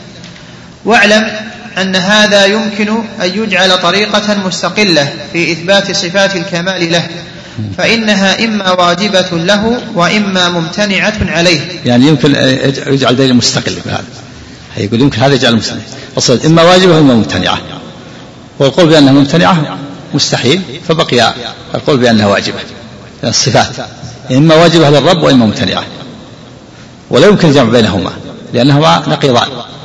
واعلم أن هذا يمكن أن يجعل طريقة مستقلة في إثبات صفات الكمال له، فإنها إما واجبة له وإما ممتنعة عليه. يعني يمكن يجعل دليل مستقل بهذا، يقول يمكن هذا يجعل مستقل، أصلا إما واجبة وإما ممتنعة، والقول بأنها ممتنعة مستحيل، فبقي القول بأنها واجبة. الصفات إما واجبة للرب وإما ممتنعة، ولا يمكن الجمع بينهما لأنهما نقيضان،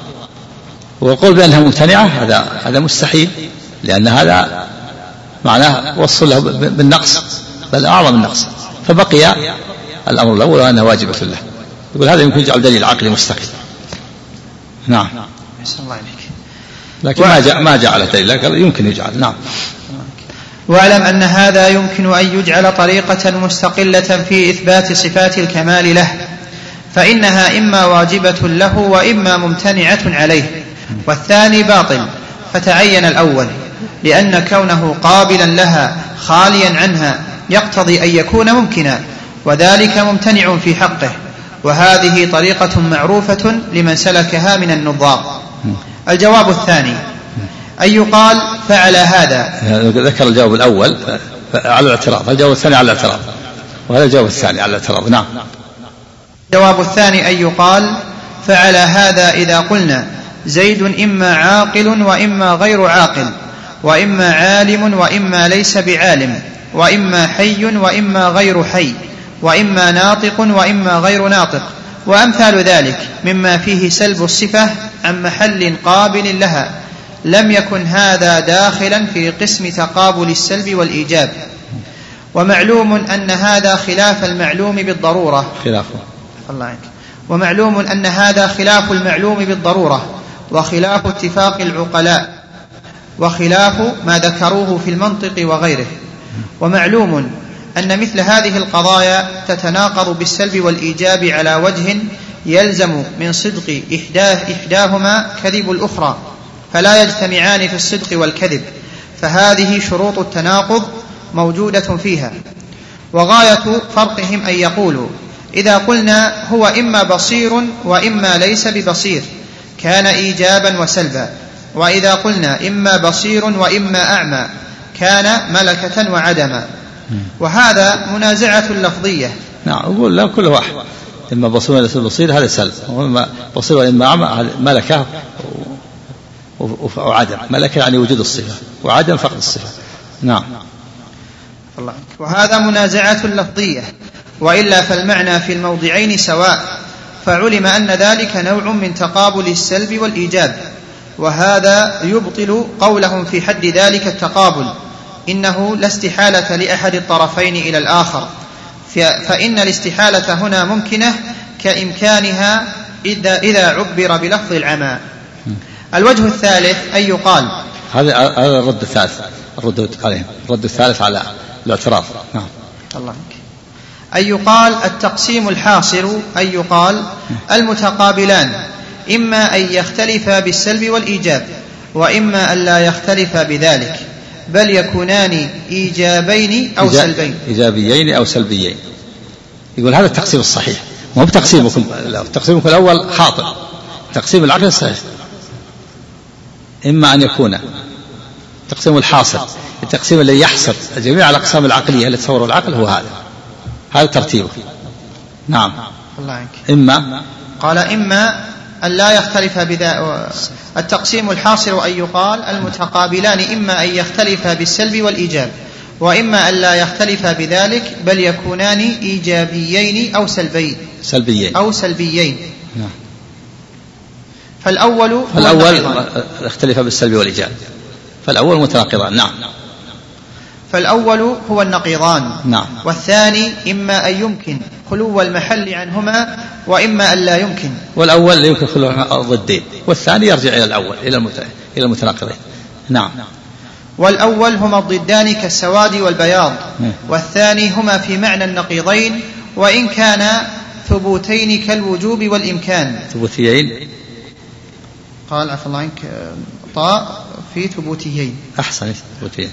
والقول بأنها ممتنعة هذا مستحيل، لأن هذا معناه وصل له بالنقص بل أعظم النقص، فبقي الأمر الأول وأنها واجبة له. يقول هذا يمكن يجعل دليل عقلي مستقل. نعم. لكن ما جعل دليل، لكن يمكن يجعل. نعم. واعلم أن هذا يمكن أن يجعل طريقة مستقلة في إثبات صفات الكمال له، فإنها إما واجبة له وإما ممتنعة عليه، والثاني باطل، فتعين الأول، لأن كونه قابلا لها خاليا عنها يقتضي أن يكون ممكنا، وذلك ممتنع في حقه، وهذه طريقة معروفة لمن سلكها من النظار. الجواب الثاني أن يقال فعل هذا. ذكر الجواب الأول على الاعتراض، الجواب الثاني على الاعتراض، وهذا الجواب الثاني على الاعتراض. نعم. الجواب الثاني أن يقال فعل هذا إذا قلنا زيد إما عاقل وإما غير عاقل، وإما عالم وإما ليس بعالم، وإما حي وإما غير حي، وإما ناطق وإما غير ناطق، وأمثال ذلك مما فيه سلب الصفة عن محل قابل لها لم يكن هذا داخلا في قسم تقابل السلب والإيجاب. ومعلوم أن هذا خلاف المعلوم بالضرورة ومعلوم أن هذا خلاف المعلوم بالضرورة وخلاف اتفاق العقلاء وخلاف ما ذكروه في المنطق وغيره. ومعلوم أن مثل هذه القضايا تتناقض بالسلب والإيجاب على وجه يلزم من صدق إحداهما كذب الأخرى فلا يجتمعان في الصدق والكذب، فهذه شروط التناقض موجودة فيها. وغاية فرقهم أن يقولوا إذا قلنا هو إما بصير وإما ليس ببصير كان إيجابا وسلبا، وإذا قلنا إما بصير وإما أعمى كان ملكة وعدما. وهذا منازعة لفظية. نعم، أقول لا، كل واحد إما بصير وليس بصير هذا سلب، وإما بصير وإما أعمى ملكة وعدم. ملكة يعني وجود الصفة، وعدم فقد الصفة. نعم. وهذا منازعة لفظية، وإلا فالمعنى في الموضعين سواء، فعلم أن ذلك نوع من تقابل السلب والإيجاب. وهذا يبطل قولهم في حد ذلك التقابل إنه لا استحالة لأحد الطرفين إلى الآخر، فإن الاستحالة هنا ممكنة كإمكانها إذا عبر بلفظ العمى. الوجه الثالث أن يقال، هذا الرد الثالث، الرد الثالث على الاعتراض. نعم. أن يقال التقسيم الحاصل أن يقال المتقابلان إما أن يختلفا بالسلب والإيجاب وإما أن لا يختلفا بذلك، بل يكونان إيجابين أو سلبين، إيجابيين أو سلبيين. يقول هذا التقسيم الصحيح، مو بتقسيمكم الأول خاطئ. تقسيم العقل الصحيح إما أن يكون تقسيم الحاصل، التقسيم الذي يحصر جميع الأقسام العقلية التي تصور العقل، هو هذا ترتيبه. نعم. إما قال إما أن لا يختلف التقسيم الحاصل أن يقال المتقابلان إما أن يختلفا بالسلب والإيجاب وإما أن لا يختلفا بذلك، بل يكونان إيجابيين أو سلبيين. نعم. فالأول اختلف بالسلب والإيجاب، فالأول متناقضان. نعم. فالأول هو النقيضان. نعم. والثاني إما أن يمكن خلو المحل عنهما وإما أن لا يمكن. والأول يمكن خلو الضدين، والثاني يرجع إلى الأول إلى المتناقضين. نعم. والأول هما الضدان كالسواد والبياض، والثاني هما في معنى النقيضين وإن كان ثبوتين كالوجوب والإمكان. ثبوتيين، قال عفوا الله عنك طاء في ثبوتيين. أحسن، ثبوتيين.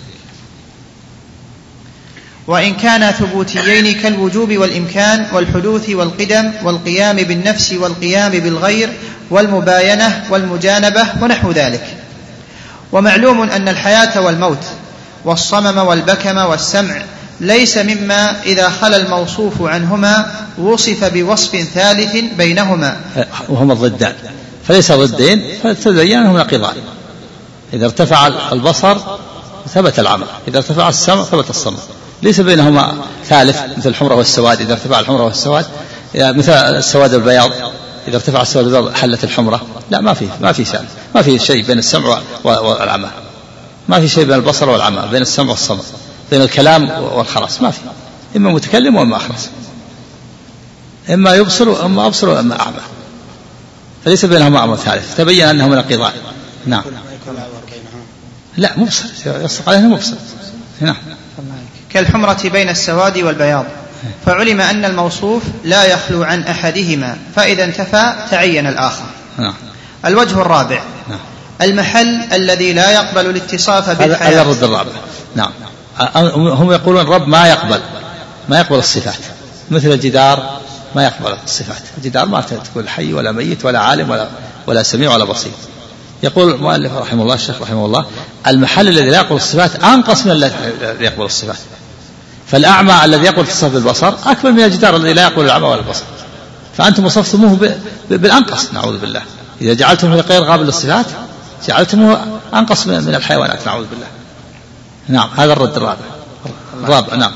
وإن كان ثبوتيين كالوجوب والإمكان والحدوث والقدم والقيام بالنفس والقيام بالغير والمباينة والمجانبة ونحو ذلك. ومعلوم أن الحياة والموت والصمم والبكم والسمع ليس مما إذا خلا الموصوف عنهما وصف بوصف ثالث بينهما، وهما الضدان، فليس ضدين، فتبين أنهم نقيضان. إذا ارتفع البصر ثبت العمى، إذا ارتفع السمع ثبت الصمت، ليس بينهما ثالث مثل الحمرة والسواد. إذا ارتفع الحمرة والسواد مثل السواد والبياض، إذا ارتفع السواد والبياض حلت الحمرة. لا، ما في ثالث، ما في شيء بين السمع والعمى، ما في شيء بين البصر والعمى، بين السمع والصمت، بين الكلام والخرس، ما في. إما متكلم وإما أخرس، إما يبصر وإما أبصر وإما أعمى، فليس بينهما أمر ثالث، تبين أنهما نقيضان. نعم. لا، مبصر، يصدق عليه مبصر. نعم. كالحمرة بين السواد والبياض، فعلم أن الموصوف لا يخلو عن أحدهما، فإذا انتفى تعين الآخر. نعم. الوجه الرابع. نعم. المحل الذي لا يقبل الاتصاف بالحياة. هذا الرد الرابع. نعم. هم يقولون الرب ما يقبل الصفات، مثل الجدار ما يقبل الصفات. الجدار ما تقول حي ولا ميت ولا عالم ولا سميع ولا بصير. يقول المؤلف رحمه الله، الشيخ رحمه الله، المحل الذي لا يقبل الصفات أنقص من الذي يقبل الصفات. فالأعمى الذي يقبل في الصف بالبصر أكبر من الجدار الذي لا يقبل العمى ولا البصر، فأنتم وصفتموه بالأنقص، نعوذ بالله. إذا جعلتم غير قابل للصفات جعلتموه أنقص من الحيوانات، نعوذ بالله. نعم. هذا الرد الرابع. نعم.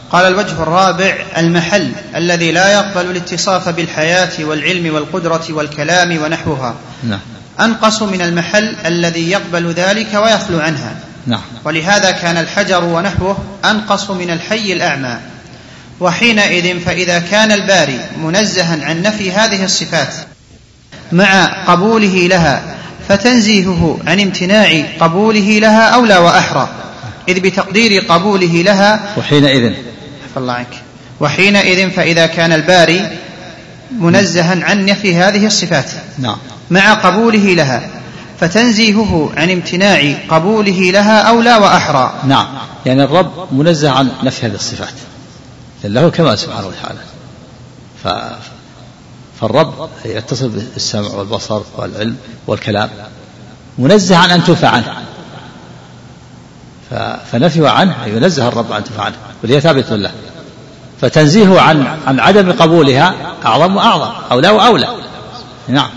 قال: الوجه الرابع: المحل الذي لا يقبل الاتصاف بالحياة والعلم والقدرة والكلام ونحوها أنقص من المحل الذي يقبل ذلك ويخلو عنها. ولهذا كان الحجر ونحوه أنقص من الحي الأعمى. وحينئذ فإذا كان الباري منزها عن نفي هذه الصفات مع قبوله لها، فتنزيهه عن امتناع قبوله لها أولى وأحرى، إذ بتقدير قبوله لها وحينئذ فإذا كان الباري منزها عن نفي هذه الصفات مع قبوله لها، فتنزيهه عن امتناع قبوله لها أولى وأحرى. يعني الرب منزه عن نفي هذه الصفات له كمال سبحانه وتعالى. فالرب يتصل بالسمع والبصر والعلم والكلام، منزه عن أن تنفع عنه، فنفيه عنه ينزه الرب عن تنفع عنه، وهي ثابت له. فتنزيهه عن عدم قبولها أعظم وأعظم، أولى وأولى. نعم.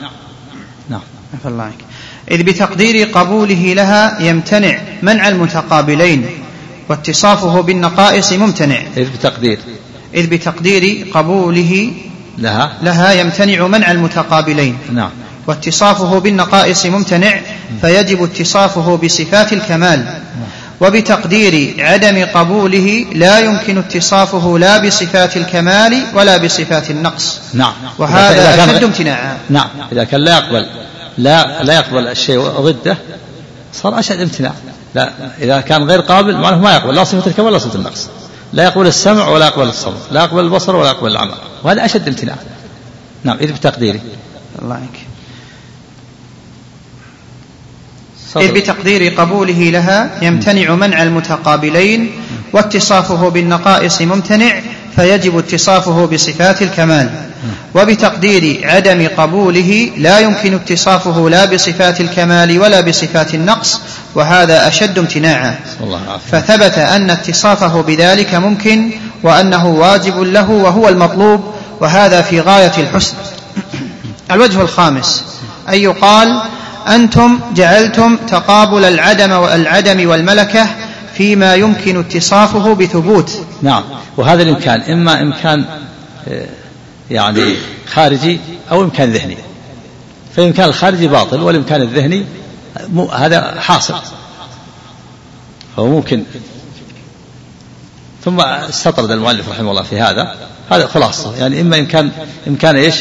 إذ بتقدير قبوله لها يمتنع منع المتقابلين، واتصافه بالنقائص ممتنع. إذ بتقدير قبوله لها يمتنع منع المتقابلين، واتصافه بالنقائص ممتنع، فيجب اتصافه بصفات الكمال. وبتقدير عدم قبوله لا يمكن اتصافه لا بصفات الكمال ولا بصفات النقص. وهذا أشد امتناعا. إذا كان لا يقبل الشيء ضده صار أشد امتناع. إذا كان غير قابل معناه ما يقبل لا صفة الكمال ولا صفة النقص، لا يقبل السمع ولا يقبل الصوت، لا يقبل البصر ولا يقبل العمل، وهذا أشد امتناع. إذ بتقديره إذ بتقدير قبوله لها يمتنع منع المتقابلين، واتصافه بالنقائص ممتنع، فيجب اتصافه بصفات الكمال. وبتقدير عدم قبوله لا يمكن اتصافه لا بصفات الكمال ولا بصفات النقص، وهذا أشد امتناعا. فثبت أن اتصافه بذلك ممكن، وأنه واجب له وهو المطلوب، وهذا في غاية الحسن. الوجه الخامس: أن يقال: أنتم جعلتم تقابل العدم والملكة فيما يمكن اتصافه بثبوت. وهذا الإمكان إما إمكان يعني خارجي أو إمكان ذهني. فالإمكان الخارجي باطل، والإمكان الذهني هذا حاصل، فهو ممكن. ثم استطرد المؤلف رحمه الله في هذا خلاصة، يعني إما إمكان إيش؟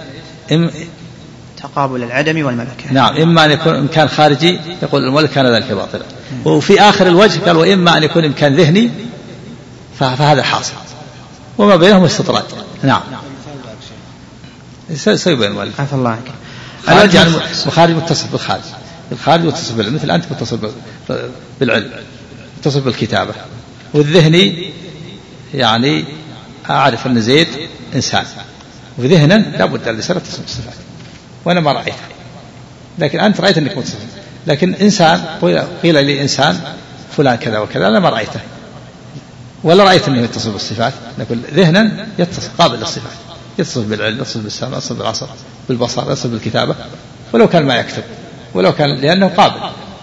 تقابل العدم والملكة. إما أن يكون إمكان خارجي، يقول المؤلف كان ذلك باطلا. وفي آخر الوجه قال: وإما أن يكون إمكان ذهني، فهذا حاصل، وما بينهم استطراد. سيبين المؤلف. الخارج متصل بالخارج، الخارج متصل بالعلم، مثل أنت متصل بالعلم، متصل بالكتابة. والذهني يعني أعرف أن زيد إنسان، وذهنا لابد أن يتصل بالصفات، وأنا ما رأيته، لكن أنت رأيت أنك متصل. لكن إنسان قيل لي إنسان فلان كذا وكذا، أنا ما رأيته ولا رأيت أنه يتصل بالصفات، لكن ذهنا يتصل قابل للصفات، يتصل بالعلم، يتصل بالسمع، يتصل بالعصر، بالبصر، يتصل بالكتابة، ولو كان ما يكتب، ولو كان لأنه قابل.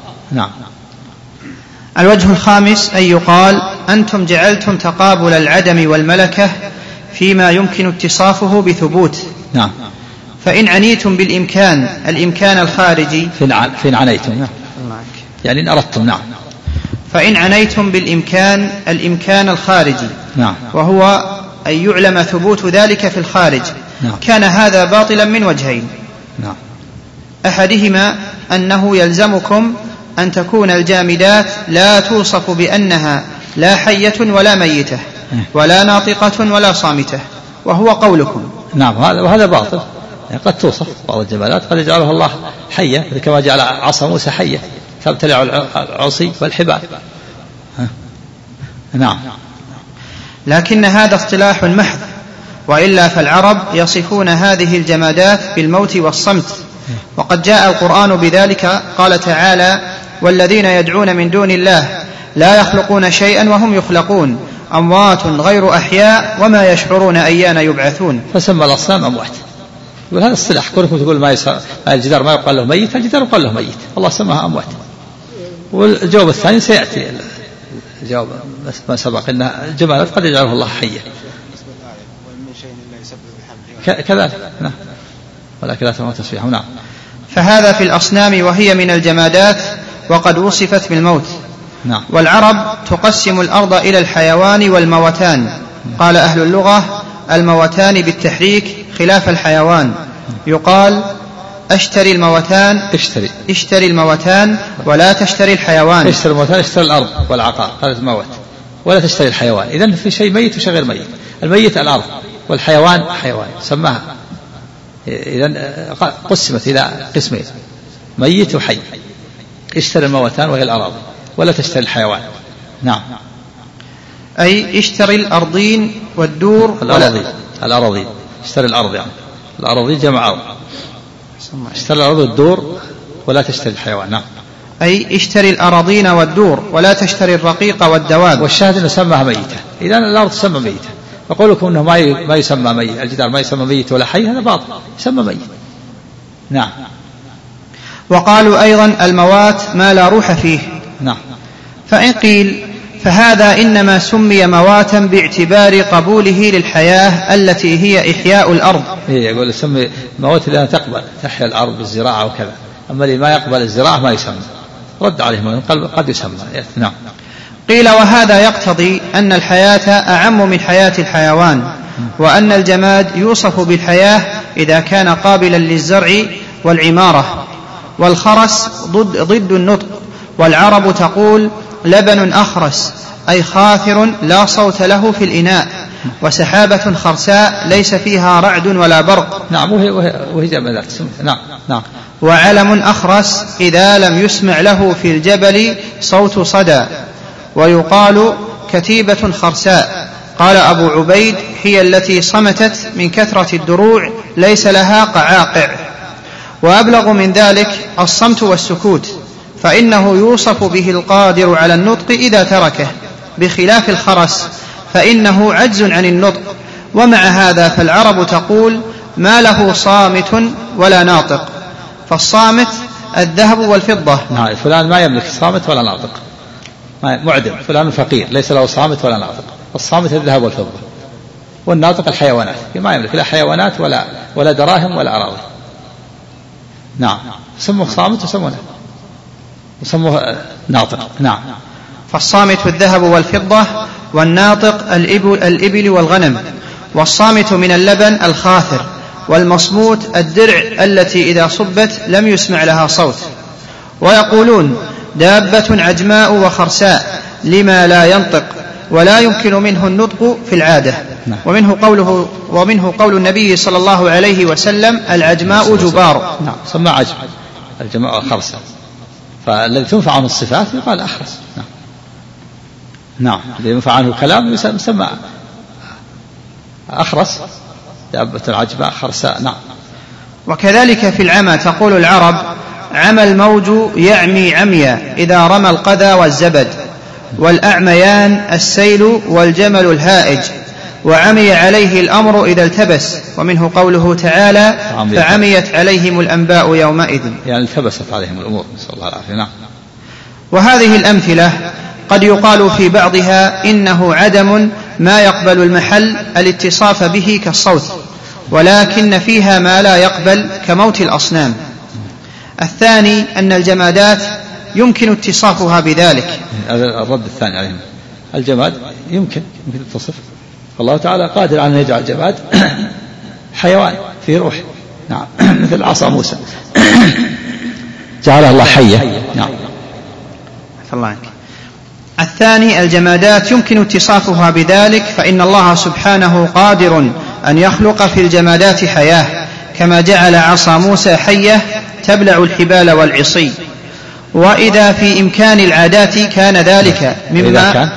الوجه الخامس: أن يقال: أنتم جعلتم تقابل العدم والملكة فيما يمكن اتصافه بثبوت. فإن عنيتم بالإمكان الإمكان الخارجي، فإن عنيتم يعني إن أردتم. فإن عنيتم بالإمكان الإمكان الخارجي، وهو أن يعلم ثبوت ذلك في الخارج، كان هذا باطلا من وجهين. أحدهما أنه يلزمكم أن تكون الجامدات لا توصف بأنها لا حية ولا ميتة ولا ناطقة ولا صامتة، وهو قولكم. وهذا باطل. يعني قد توصف بعض الجمالات، قد يجعلها الله حية، كما جعل عصا موسى حية، تبتلع العصي والحبال. لكن هذا اصطلاح محض، وإلا فالعرب يصفون هذه الجمادات بالموت والصمت، وقد جاء القرآن بذلك. قال تعالى: والذين يدعون من دون الله لا يخلقون شيئا وهم يخلقون، أموات غير أحياء وما يشعرون أيان يبعثون. فسمى الأصنام أموات. وهذا الصلاح، كونكم تقول ما الجدار ما يقال له ميت، الجدار يقال له ميت، الله سماها أموات. والجواب الثاني سيأتي الجواب ما سبق أن الجمادات قد يجعله الله حيا كذلك نعم، ولكن لا تسمعون تسبيحهم. نعم. فهذا في الأصنام وهي من الجمادات وقد وصفت بالموت. نعم. والعرب تقسم الأرض إلى الحيوان والموتان. قال أهل اللغة الموتان بالتحريك خلاف الحيوان. يقال اشتري الموتان اشتري الموتان ولا تشتري الحيوان. اشتري الموتان اشتري الأرض والعقار هذا الموت، ولا تشتري الحيوان. إذن في شيء ميت وشيء غير ميت. الميت الأرض والحيوان حيوان سماها. إذن قسمت إلى قسمين ميت وحي. اشتري الموتان وهي الأرض ولا تشتري الحيوان. نعم. أي اشتري الأرضين والدور الأراضين اشتري الأرض يعني الأراضين جمع أرض. اشتري الأرض والدور ولا تشتري الحيوان. نعم. أي اشتري الأراضين والدور ولا تشتري الرقيق والدواب. والشاهد أنه سماها ميتة. إذن الأرض تسمى ميتة. فقولكم أنه ما يسمى ميت، الجدار ما يسمى ميت ولا حي، هذا باطل، يسمى ميت. نعم. وقالوا أيضا الموات ما لا روح فيه. نعم. فإن قيل فهذا إنما سمي مواتا باعتبار قبوله للحياة التي هي إحياء الأرض. يقول سمي موات لأنها تقبل تحيا الأرض بالزراعة وكذا، أما اللي ما يقبل الزراعة ما يسمى. رد عليهم قد يسمى. نعم. قيل وهذا يقتضي أن الحياة أعم من حياة الحيوان، وأن الجماد يوصف بالحياة إذا كان قابلا للزرع والعمارة، والخرس ضد النطق. والعرب تقول لبن أخرس أي خاثر لا صوت له في الإناء، وسحابة خرساء ليس فيها رعد ولا برق. نعم. وهي جمادات. نعم. وعلم أخرس إذا لم يسمع له في الجبل صوت صدى. ويقال كتيبة خرساء. قال أبو عبيد هي التي صمتت من كثرة الدروع ليس لها قعاقع. وأبلغ من ذلك الصمت والسكوت، فإنه يوصف به القادر على النطق إذا تركه، بخلاف الخرس فإنه عجز عن النطق. ومع هذا فالعرب تقول ما له صامت ولا ناطق. فالصامت الذهب والفضة. نعم. فلان ما يملك صامت ولا ناطق، معدم. فلان فقير ليس له صامت ولا ناطق. الصامت الذهب والفضة، والناطق الحيوانات، ما يملك لا حيوانات ولا دراهم ولا أراضي. نعم. سموه صامت وسموه ناطق. نعم. فالصامت الذهب والفضة، والناطق الإبل والغنم. والصامت من اللبن الخاثر، والمصموت الدرع التي إذا صبت لم يسمع لها صوت. ويقولون دابة عجماء وخرساء لما لا ينطق ولا يمكن منه النطق في العادة. ومنه قول النبي صلى الله عليه وسلم العجماء جبار. نعم. سمى عجم الجماء والخرساء، فالذي تنفع عنه الصفات يقال أخرس. نعم. الذي ينفع عنه الكلام يسمى أخرس، دابة العجماء خرساء. نعم. وكذلك في العمى تقول العرب عمى الموج يعمي عميا إذا رمى القذى والزبد. والأعميان السيل والجمل الهائج. وعمي عليه الأمر إذا التبس. ومنه قوله تعالى فعميت عليهم الأنباء يومئذ، يعني التبست عليهم الأمور، نسأل الله العافية. نعم. وهذه الأمثلة قد يقال في بعضها إنه عدم ما يقبل المحل الاتصاف به كالصوت، ولكن فيها ما لا يقبل كموت الأصنام. الثاني أن الجمادات يمكن اتصافها بذلك. هذا الرد الثاني عليهم. الجماد يمكن التصف، فالله تعالى قادر على أن يجعل الجماد حيوان في روح. نعم. مثل عصا موسى جعلها الله حية. نعم. الثاني الجمادات يمكن اتصافها بذلك، فإن الله سبحانه قادر أن يخلق في الجمادات حياة، كما جعل عصا موسى حية تبلع الحبال والعصي. وإذا في إمكان العادات كان ذلك مما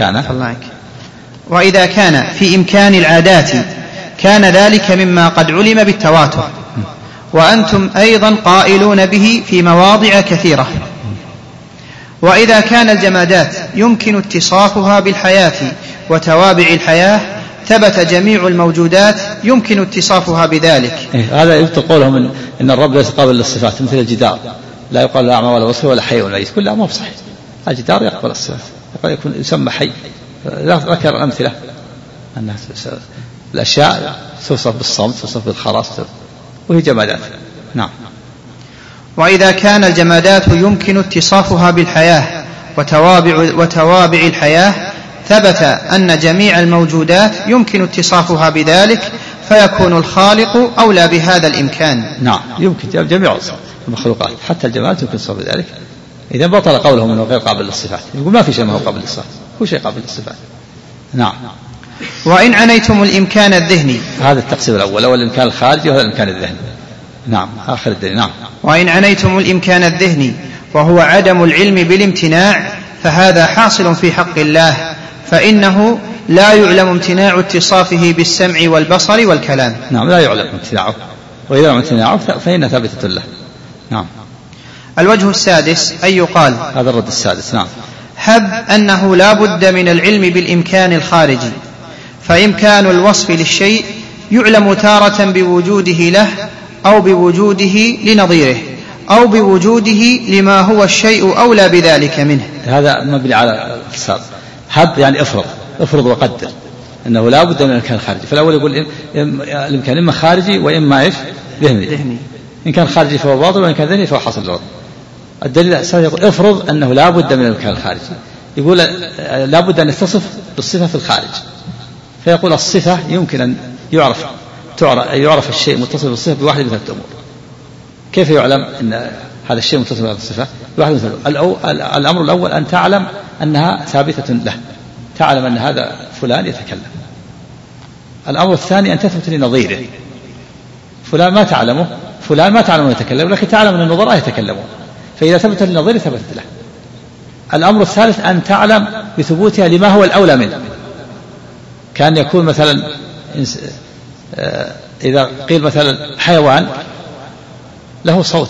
وإذا كان في إمكان العادات كان ذلك مما قد علم بالتواتر، وأنتم أيضا قائلون به في مواضع كثيرة. وإذا كان الجمادات يمكن اتصافها بالحياة وتوابع الحياة ثبت جميع الموجودات يمكن اتصافها بذلك. هذا يبطل قولهم إن الرب ليس قابل للصفات، مثل الجدار لا يقال لا أعمى ولا بصير ولا حي ولا ميت، كلها ما هو صحيح. الجدار يقبل الصفات، قد يكون يسمى حي. ذكر أمثلة أن الأشياء توصف بالصمت، توصف بالخرس، وهي جمادات. نعم. وإذا كان الجمادات يمكن اتصافها بالحياة وتوابع الحياة، ثبت أن جميع الموجودات يمكن اتصافها بذلك، فيكون الخالق أولى بهذا الإمكان. نعم، يمكن جميع المخلوقات حتى الجمادات يمكن اتصافها بذلك. إذا بطل قولهم أنه غير قابل للصفات، يقول ما في شيء ما هو قابل للصفات، كل شيء قابل للصفات. نعم. وإن عنيتم الإمكان الذهني، هذا التقسيم الأول، الإمكان الخارجي وهذا الإمكان الذهني. نعم، آخر الدليل. نعم. وإن عنيتم الإمكان الذهني وهو عدم العلم بالامتناع، فهذا حاصل في حق الله، فإنه لا يعلم امتناع اتصافه بالسمع والبصر والكلام. نعم، لا يعلم امتناعه، وإذا علم امتناعه فإنها ثابتة له. نعم. الوجه السادس أن يقال، هذا الرد السادس. نعم. هب أنه لا بد من العلم بالإمكان الخارجي، فإمكان الوصف للشيء يعلم تارة بوجوده له أو بوجوده لنظيره أو بوجوده لما هو الشيء أولى بذلك منه. هذا مبني على الاتصال. هب يعني افرض وقدر أنه لا بد من الإمكان الخارجي، فالأول يقول الإمكان إما خارجي وإما إيش ذهني. إن كان خارجي فهو باطل، وإن كان ذهني فهو حاصل الرد. الدليل الثاني يقول افرض أنه لا بد من الإمكان الخارجي، يقول لا بد أن يتصف بالصفة في الخارج، فيقول الصفة يمكن أن يعرف الشيء متصف بالصفة بواحد من ثلاثة أمور. كيف يعلم أن هذا الشيء متصف بالصفة؟ بواحد من ثلاثة. الأمر الأول أن تعلم أنها ثابتة له، تعلم أن هذا فلان يتكلم. الأمر الثاني أن تثبت لنظيره. فلان ما تعلم يتكلم، لكن تعلم أن النظراء يتكلمون، فإذا ثبت لنظيره ثبتت له. الأمر الثالث أن تعلم بثبوتها لما هو الأولى منه. كان يكون مثلا إذا قيل مثلا حيوان له صوت،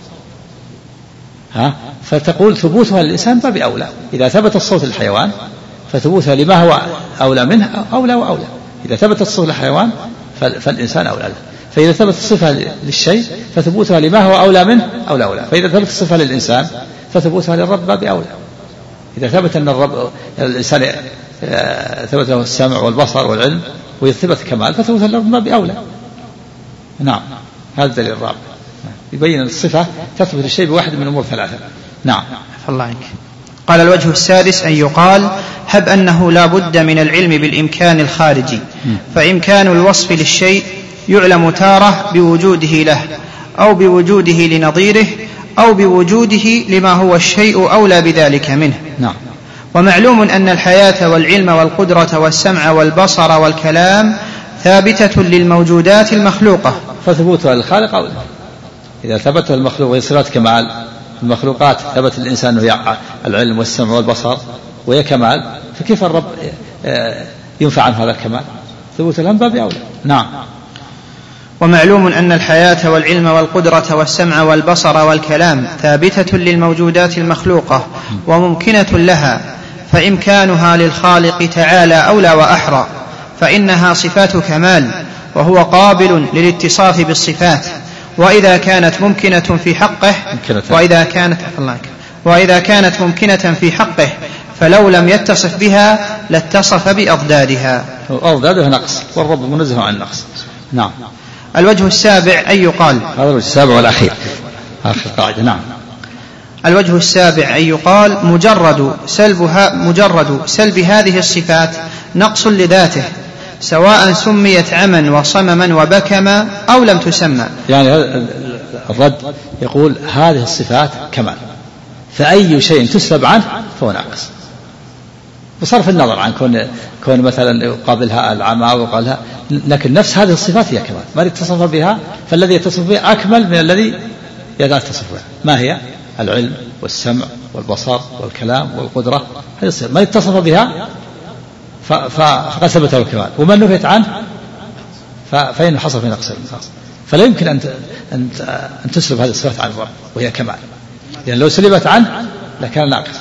فتقول ثبوتها للإنسان باب أولى. إذا ثبت الصوت للحيوان فثبوتها لما هو أولى منه أولى وأولى. إذا ثبت الصوت للحيوان فالإنسان أولى له. فإذا ثبت الصفة للشيء فثبوتها لما هو أولى منه أولى أولى. فإذا ثبت الصفة للإنسان فثبوتها للرب باب أولى. إذا ثبت أن الإنسان ثبت له السمع والبصر والعلم ويثبت كمال فثبوتها للرب باب أولى. نعم، هذا الدليل الرابع يبين الصفة تثبت للشيء بواحد من أمور ثلاثة. نعم. الله عنك. قال الوجه السادس أن يقال هب أنه لا بد من العلم بالإمكان الخارجي، فإمكان الوصف للشيء يعلم تارة بوجوده له أو بوجوده لنظيره أو بوجوده لما هو الشيء أولى بذلك منه. نعم. ومعلوم أن الحياة والعلم والقدرة والسمع والبصر والكلام ثابتة للموجودات المخلوقة، فثبوتها للخالق أولى. إذا ثبت المخلوق وهي صفات كمال المخلوقات، ثبت الإنسان أنه العلم والسمع والبصر وهي كمال، فكيف الرب ينفع عن هذا الكمال؟ ثبوت الهم باب أولى. نعم. ومعلوم أن الحياة والعلم والقدرة والسمع والبصر والكلام ثابتة للموجودات المخلوقة وممكنة لها، فإمكانها للخالق تعالى أولى وأحرى، فإنها صفات كمال وهو قابل للاتصاف بالصفات. وإذا كانت ممكنة في حقه وإذا كانت ممكنة في حقه فلو لم يتصف بها لاتصف بأضدادها. أضدادها نقص، والرب منزه عن النقص. نعم. الوجه السابع أن يقال، هذا الوجه السابع والأخير آخر قاعدة. نعم. الوجه السابع أن يقال مجرد سلب هذه الصفات نقص لذاته، سواء سميت عما وصمما وبكما أو لم تسمى. يعني الرد يقول هذه الصفات كمال، فأي شيء تسلب عنه فهو ناقص، بصرف النظر عن كون مثلا يقابلها العمى ويقابلها، لكن نفس هذه الصفات هي كمال. ما اتصف بها فالذي يتصف بها أكمل من الذي لا يتصف بها. ما هي؟ العلم والسمع والبصر والكلام والقدرة، هذه الصفات ما اتصف بها فقد ثبت له الكمال، ومن نفيت عنه فإنه حصل في نقص. فلا يمكن أن تسلب هذه الصفات عن الرب وهي كمال، لأن لو سلبت عنه لكان ناقصا.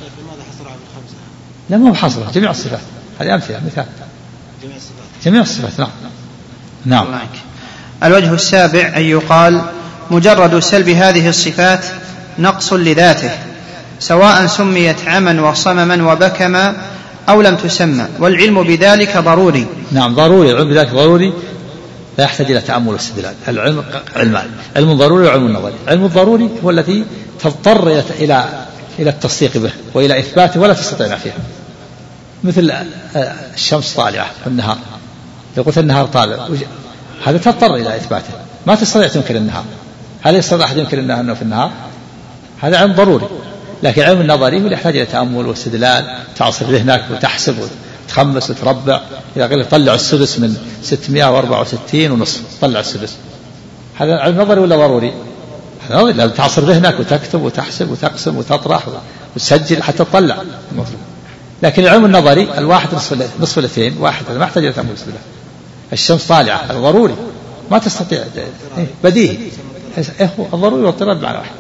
لا، ما هو حصرها جميع الصفات، هذه أمثلة مثال جميع الصفات. نعم. الوجه السابع أن يقال مجرد سلب هذه الصفات نقص لذاته، سواء سميت عما وصمما وبكما أو لم تسمى، والعلم بذلك ضروري. نعم ضروري، العلم بذلك ضروري، لا يحتاج إلى تأمل واستدلال. العلم علمان، علم ضروري وعلم نظري. علم الضروري هو الذي تضطر إلى التصديق به وإلى إثباته ولا تستطيع نفيه، مثل الشمس طالعة في النهار، لو قلت النهار طالع هذا تضطر إلى إثباته، ما تستطيع تنكر النهار. هل يستطيع أحد ينكر أنه في النهار؟ هذا علم ضروري. لكن علم النظري هو اللي يحتاج إلى تأمل واستدلال، تعصر ذهنك وتحسب وتخمس وتربع. إذا قلت طلع السدس من 664 ونصف، طلع السدس، هذا علم نظري ولا ضروري؟ هذا نظري، لازم تعصر ذهنك وتكتب وتحسب وتقسم وتطرح وتسجل حتى تطلع. لكن العلم النظري الواحد نصف الاثنين واحد، هذا ما يحتاج إلى تأمل واستدلال. الشمس طالعة هذا ضروري، ما تستطيع، بديهي، الضروري والضروري بمعنى واحد.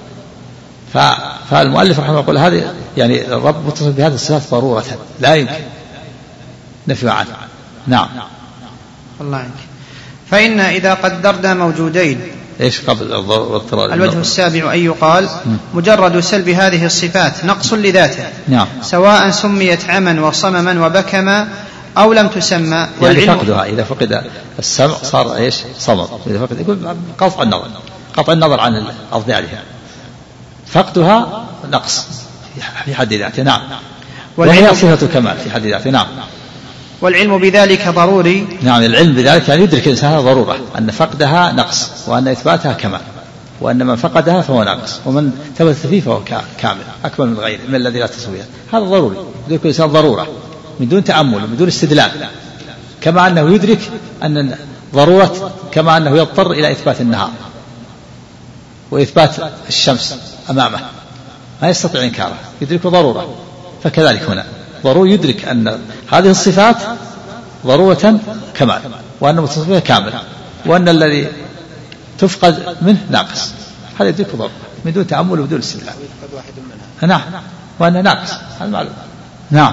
فالمؤلف رحمه الله يقول هذه يعني الرب متصف بهذه الصفات ضرورة لا يمكن نفي عنه. نعم. الله عنك. فإن إذا قدرنا موجودين إيش قبل الاضطرار؟ الوجه السابع أن يقال مجرد سلب هذه الصفات نقص لذاته. نعم. سواء سميت عما وصمما وبكما أو لم تسمى. يعني فقدها، إذا فقد السمع صار إيش؟ صمم. إذا فقد يقول قطع النظر عن أضدادها، فقدها نقص في حد ذاته. نعم. وهي صفة كمال في حد ذاته. نعم. والعلم بذلك ضروري. نعم، العلم بذلك يعني يدرك الإنسان ضرورة أن فقدها نقص وأن إثباتها كمال، وأن من فقدها فهو ناقص ومن ثبت فيه فهو كامل أكمل من غيره من الذي لا تسويه. هذا ضروري، يدرك الإنسان ضرورة من دون تأمل ومن دون استدلال، كما أنه يدرك أن ضرورة، كما أنه يضطر إلى إثبات النهار وإثبات الشمس أمامه ما يستطيع إنكاره، يدرك ضرورة. فكذلك هنا ضروري يدرك أن هذه الصفات ضرورة كمال، وأن متصفها كامل، وأن الذي تفقد منه ناقص. هذا يدرك ضرورة من دون تأمل وبدون استدلال. نعم، وأنه ناقص، هذا معلوم. نعم.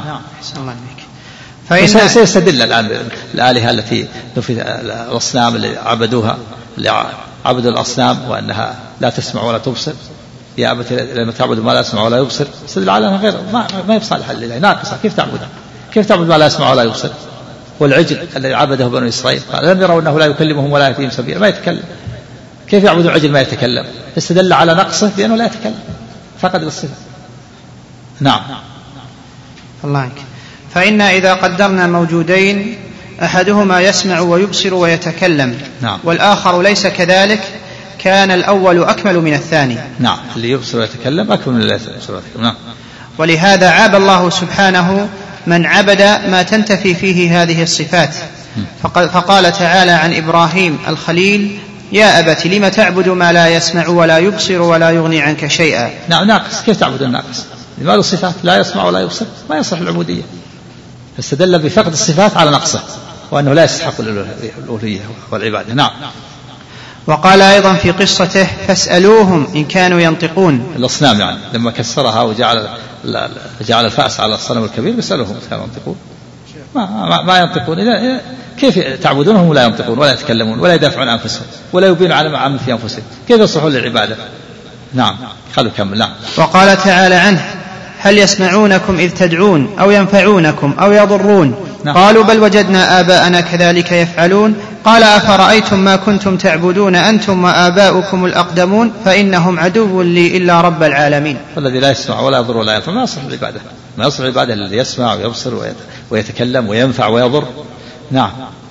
فإن سيستدل الآن الآلهة التي الأصنام اللي عبدوها، اللي عبدوا الأصنام وأنها لا تسمع ولا تبصر، يا أبت لما تعبد ما لا يسمع ولا يبصر، استدل على أنها غير ما يصلح لله، ناقصة. كيف تعبدها؟ كيف تعبد ما لا يسمع ولا يبصر؟ والعجل الذي عبده بنو إسرائيل قال لم يروا أنه لا يكلمهم ولا يهديهم سبيلا، ما يتكلم، كيف يعبد العجل ما يتكلم؟ استدل على نقصه بأنه لا يتكلم، فقد الصفة. نعم. الله عنك. فإن إذا قدرنا موجودين أحدهما يسمع ويبصر ويتكلم، نعم، والآخر ليس كذلك، كان الأول أكمل من الثاني. نعم، اللي يبصر ويتكلم أكمل من اللي يبصر ويتكلم. نعم. ولهذا عاب الله سبحانه من عبد ما تنتفي فيه هذه الصفات، فقال تعالى عن إبراهيم الخليل: يا أبت لم تعبد ما لا يسمع ولا يبصر ولا يغني عنك شيئا. نعم، ناقص. كيف تعبد الناقص؟ لماذا الصفات لا يسمع ولا يبصر؟ ما يصح العبودية. فاستدل بفقد الصفات على نقصه وأنه لا يستحق الألوهية والعبادة. نعم. وقال أيضا في قصته: فاسألوهم إن كانوا ينطقون. الأصنام يعني لما كسرها وجعل الفأس على الصنم الكبير، بيسألوهم إن كانوا ينطقون. ما ينطقون. كيف تعبدونهم ولا ينطقون ولا يتكلمون ولا يدافعون عن أنفسهم ولا يبينون على ما عملوا في أنفسهم؟ كيف يصلحون للعبادة؟ نعم. خلوا كمل. نعم. وقال تعالى عنه: هل يسمعونكم إذ تدعون أو ينفعونكم أو يضرون؟ نعم. قالوا: بل وجدنا آباءنا كذلك يفعلون. قال: أفرأيتم ما كنتم تعبدون أنتم وآباؤكم الأقدمون فإنهم عدو لي إلا رب العالمين. والذي لا يسمع ولا يضر ولا ينفع ما يصلح العبادة. ما يصلح العبادة الذي يسمع ويبصر ويتكلم وينفع ويضر. نعم.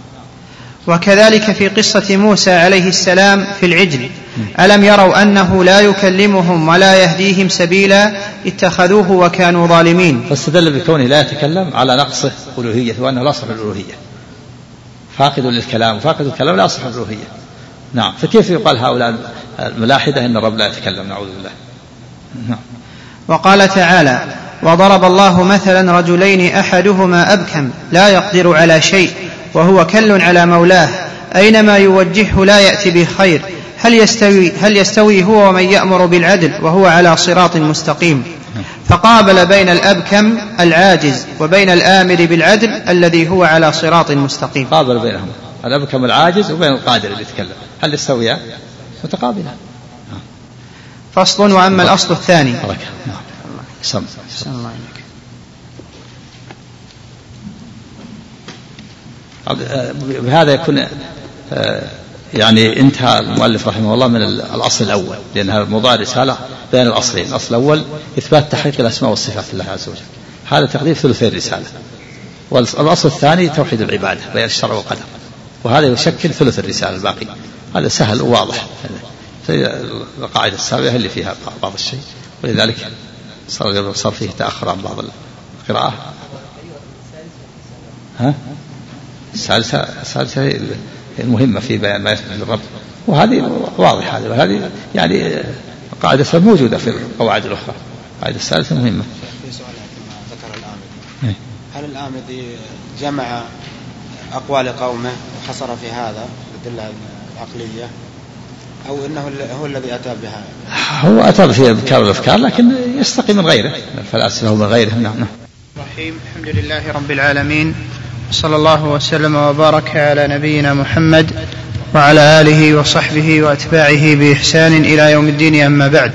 وكذلك في قصة موسى عليه السلام في العجل: ألم يروا أنه لا يكلمهم ولا يهديهم سبيلا اتخذوه وكانوا ظالمين. فاستدل بكونه لا يتكلم على نقصه ألوهية وأنه لا يصلح الألوهية، فاقد للكلام وفاقد الكلام لا يصلح الألوهية. نعم. فكيف يقال هؤلاء الملاحدة إن الرب لا يتكلم؟ نعوذ بالله. نعم. وقال تعالى: وضرب الله مثلا رجلين أحدهما أبكم لا يقدر على شيء وهو كل على مولاه أينما يوجهه لا يأتي بخير هل يستوي هو ومن يأمر بالعدل وهو على صراط مستقيم. فقابل بين الأبكم العاجز وبين الآمر بالعدل الذي هو على صراط مستقيم. قابل بينهم الأبكم العاجز وبين القادر اللي يتكلم، هل يستويان؟ متقابلان. فصل. وأما الأصل الثاني سم. الله عليك. بهذا يكون يعني انتهى المؤلف رحمه الله من الأصل الأول، لأن هذا موضوع رسالة بين الأصلين. الأصل الأول إثبات تحقيق الأسماء والصفات لله عز وجل، هذا تقدير ثلثي الرسالة. والأصل الثاني توحيد العبادة بين الشرع والقدر، وهذا يشكل ثلث الرسالة الباقي. هذا سهل وواضح، القاعدة السابقة اللي فيها بعض الشيء، ولذلك صار فيه تأخر عن بعض القراءة. الثالثة المهمة في بيان ما يثبت للرب، وهذه واضحة، وهذه يعني قاعدة موجودة في القواعد الأخرى. القاعدة الثالثة مهمة. في سؤال كما ذكر الآمدي، هل الآمدي جمع أقوال قومه وحصر في هذا الأدلة العقلية، أو إنه هو الذي أتى بها؟ هو أتى في أذكار الأفكار، لكن يستقي من غيره، الفلاسفة ومن غيره. نعم. الرحيم. الحمد لله رب العالمين، صلى الله وسلم وبارك على نبينا محمد وعلى آله وصحبه وأتباعه بإحسان إلى يوم الدين. أما بعد،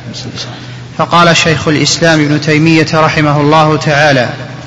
فقال شيخ الإسلام ابن تيمية رحمه الله تعالى: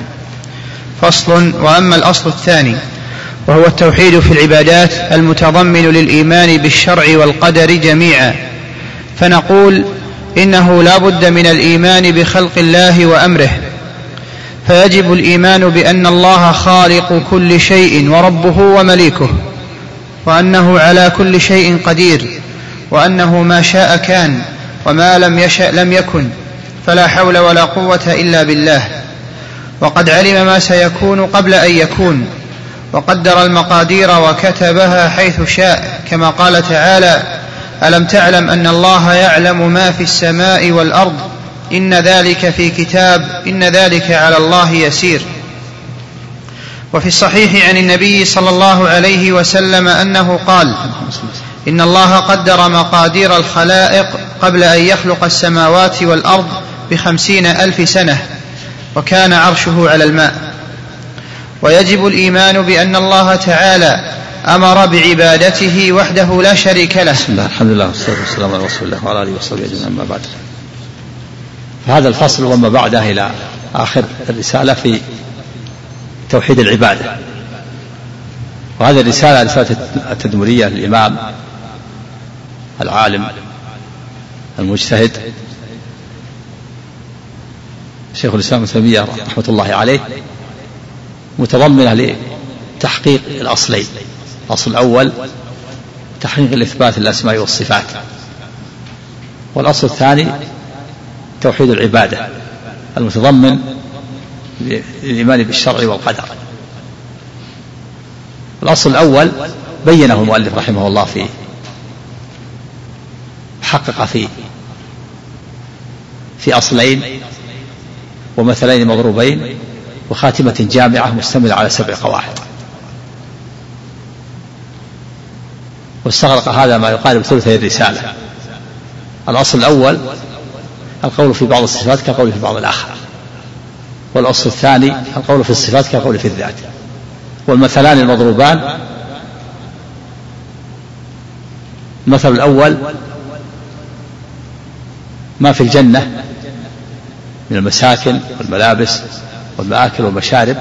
فصل. وأما الأصل الثاني وهو التوحيد في العبادات المتضمن للإيمان بالشرع والقدر جميعا، فنقول إنه لا بد من الإيمان بخلق الله وأمره، فيجب الإيمان بأن الله خالق كل شيء وربه ومليكه، وأنه على كل شيء قدير، وأنه ما شاء كان وما لم يشأ لم يكن، فلا حول ولا قوة إلا بالله. وقد علم ما سيكون قبل أن يكون، وقدر المقادير وكتبها حيث شاء، كما قال تعالى: ألم تعلم أن الله يعلم ما في السماء والأرض، إن ذلك في كتاب، إن ذلك على الله يسير. وفي الصحيح عن النبي صلى الله عليه وسلم أنه قال: إن الله قدر مقادير الخلائق قبل أن يخلق السماوات والأرض ب50,000 سنة، وكان عرشه على الماء. ويجب الإيمان بأن الله تعالى أمر بعبادته وحده لا شريك له. بسم الله، الحمد لله والصلاة والسلام على رسول الله وعلى آله وصحبه أجمعين. أما بعد، فهذا الفصل وما بعده إلى آخر الرسالة في توحيد العبادة. وهذه الرسالة رسالة التدمرية للإمام العالم المجتهد شيخ الإسلام ابن تيمية رحمة الله عليه، متضمنة لتحقيق الأصلين. الأصل الأول تحقيق الإثبات للأسماء والصفات، والأصل الثاني توحيد العبادة المتضمن للإيمان بالشرع والقدر. الأصل الأول بينه المؤلف رحمه الله في حقق في أصلين ومثلين مضروبين وخاتمة جامعة مشتملة على 7 قواعد، واستغرق هذا ما يقارب ثلثي الرسالة. الأصل الأول القول في بعض الصفات كقول في بعض الآخر، والأصل الثاني القول في الصفات كقول في الذات. والمثلان المضروبان: المثل الأول ما في الجنة من المساكن والملابس والمآكل والمشارب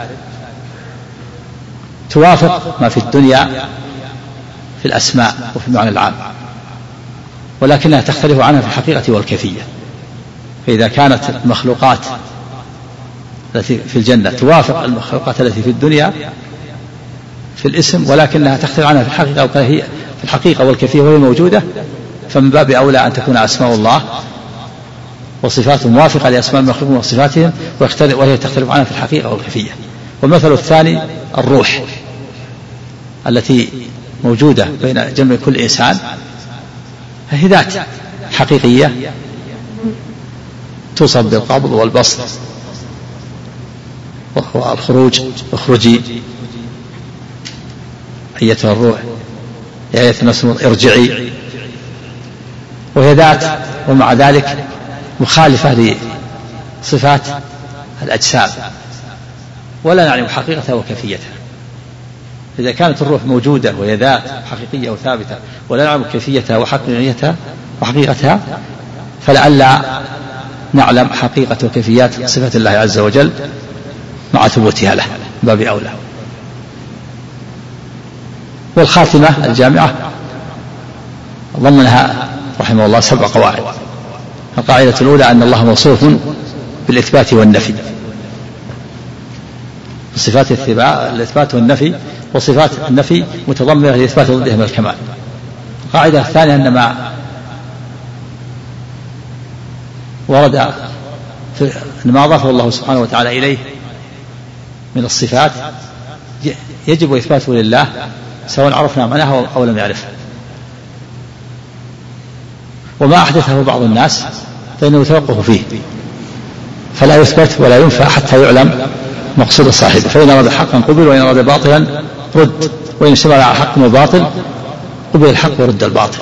توافق ما في الدنيا في الأسماء وفي المعنى العام، ولكنها تختلف عنها في الحقيقة والكيفية. فإذا كانت المخلوقات التي في الجنة توافق المخلوقات التي في الدنيا في الاسم، ولكنها تختلف عنها في الحقيقة والكيفية وهي موجودة، فمن باب أولى أن تكون أسماء الله وصفاته موافقة لأسماء المخلوقين وصفاتهم، وهي تختلف عنها في الحقيقة والكيفية. والمثل الثاني الروح التي موجودة بين جنب كل إنسان، هي ذات حقيقية توصف بالقبض والبسط والخروج، اخرجي أيتها الروح يا أيتها النفس ارجعي، وهي ذات، ومع ذلك مخالفة لصفات الأجسام، ولا نعلم حقيقتها وكيفيتها. إذا كانت الروح موجودة وهي ذات حقيقية وثابتة ولا نعلم كيفيتها وحقيقتها، فلعل نعلم حقيقة وكيفيات صفات الله عز وجل مع ثبوتها له باب أولى. والخاتمة الجامعة ضمنها رحمه الله 7 قواعد. القاعدة الأولى أن الله موصوف بالإثبات والنفي، صفات الإثبات والنفي، وصفات النفي متضمنة لإثبات ضدها من الكمال. القاعدة الثانية أن ما ورد ما أضافه الله سبحانه وتعالى إليه من الصفات يجب إثباته لله سواء عرفنا معناه أو لم يعرفه. وما أحدثه بعض الناس فإنه يتوقف فيه فلا يثبت ولا ينفع حتى يعلم مقصود صاحبه، فإن أراد حقا قبل وإن أراد باطلا رد، وإن اشتمل على حق وباطل قبل الحق ورد الباطل.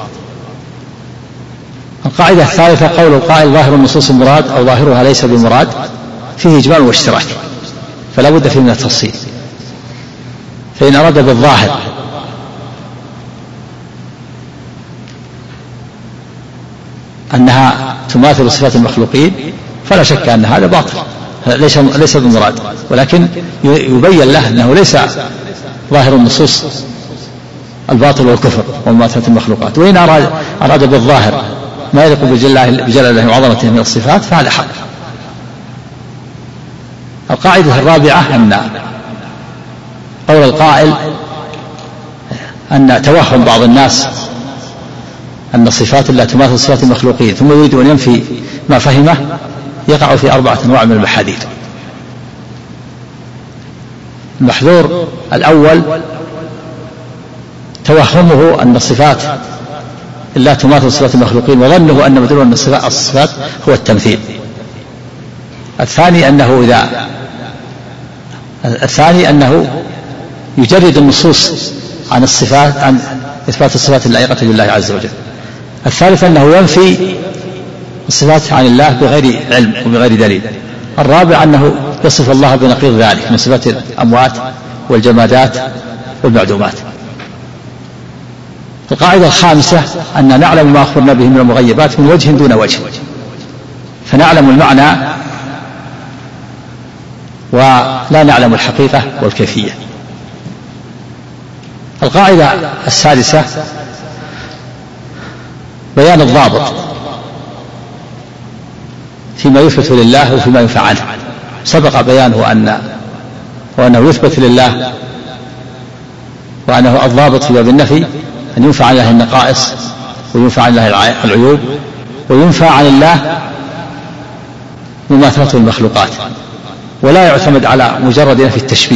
القاعدة الثالثة قول القائل ظاهر النصوص مراد أو ظاهرها ليس بمراد فيه إجمال واشتراك فلا بد فيه من التفصيل. فإن أراد بالظاهر أنها تماثل صفات المخلوقين فلا شك أن هذا باطل ليس بمراد، ولكن يبين له أنه ليس ظاهر النصوص الباطل والكفر ومماثلة المخلوقات. وإن أراد بالظاهر ما يليق بجلال الله وعظمته من الصفات فهذا حق. القاعدة الرابعة أن قول القائل أن توهم بعض الناس أن الصفات لا تماثل صفات المخلوقين ثم يريد أن ينفي ما فهمه يقع في 4 أنواع من المحاذير. المحذور الأول توهمه أن الصفات لا تماثل صفات المخلوقين وظنه أن مدلول من الصفات هو التمثيل. الثاني أنه يجرد النصوص عن الصفات عن إثبات الصفات اللائقة لله عز وجل. الثالث أنه ينفي الصفات عن الله بغير علم وبغير دليل. الرابع أنه يصف الله بنقيض ذلك من صفات الأموات والجمادات والمعدومات. القاعدة الخامسة أن نعلم ما أخبرنا به من المغيبات من وجه دون وجه، فنعلم المعنى ولا نعلم الحقيقة والكيفية. القاعدة السادسة بيان الضابط فيما يثبت لله وفيما ينفع عنه. سبق بيانه وأنه يثبت لله وأنه الضابط في باب النفي أن ينفع عن الله النقائص وينفع عن الله العيوب وينفع عن الله مماثلة المخلوقات، ولا يعتمد على مجرد نفي التشبيه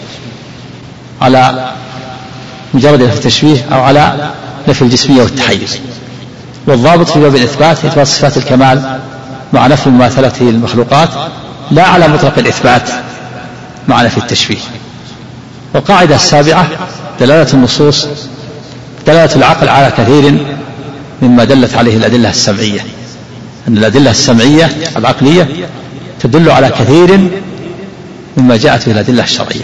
أو على نفي الجسمية والتحيز. والضابط في باب الإثبات إثبات صفات الكمال مع نفي مماثلته للمخلوقات لا على مطلق الإثبات مع نفي التشبيه. والقاعدة السابعة دلالة النصوص دلالة العقل على كثير مما دلت عليه الأدلة السمعية، أن الأدلة السمعية العقلية تدل على كثير مما جاءت به الأدلة الشرعية.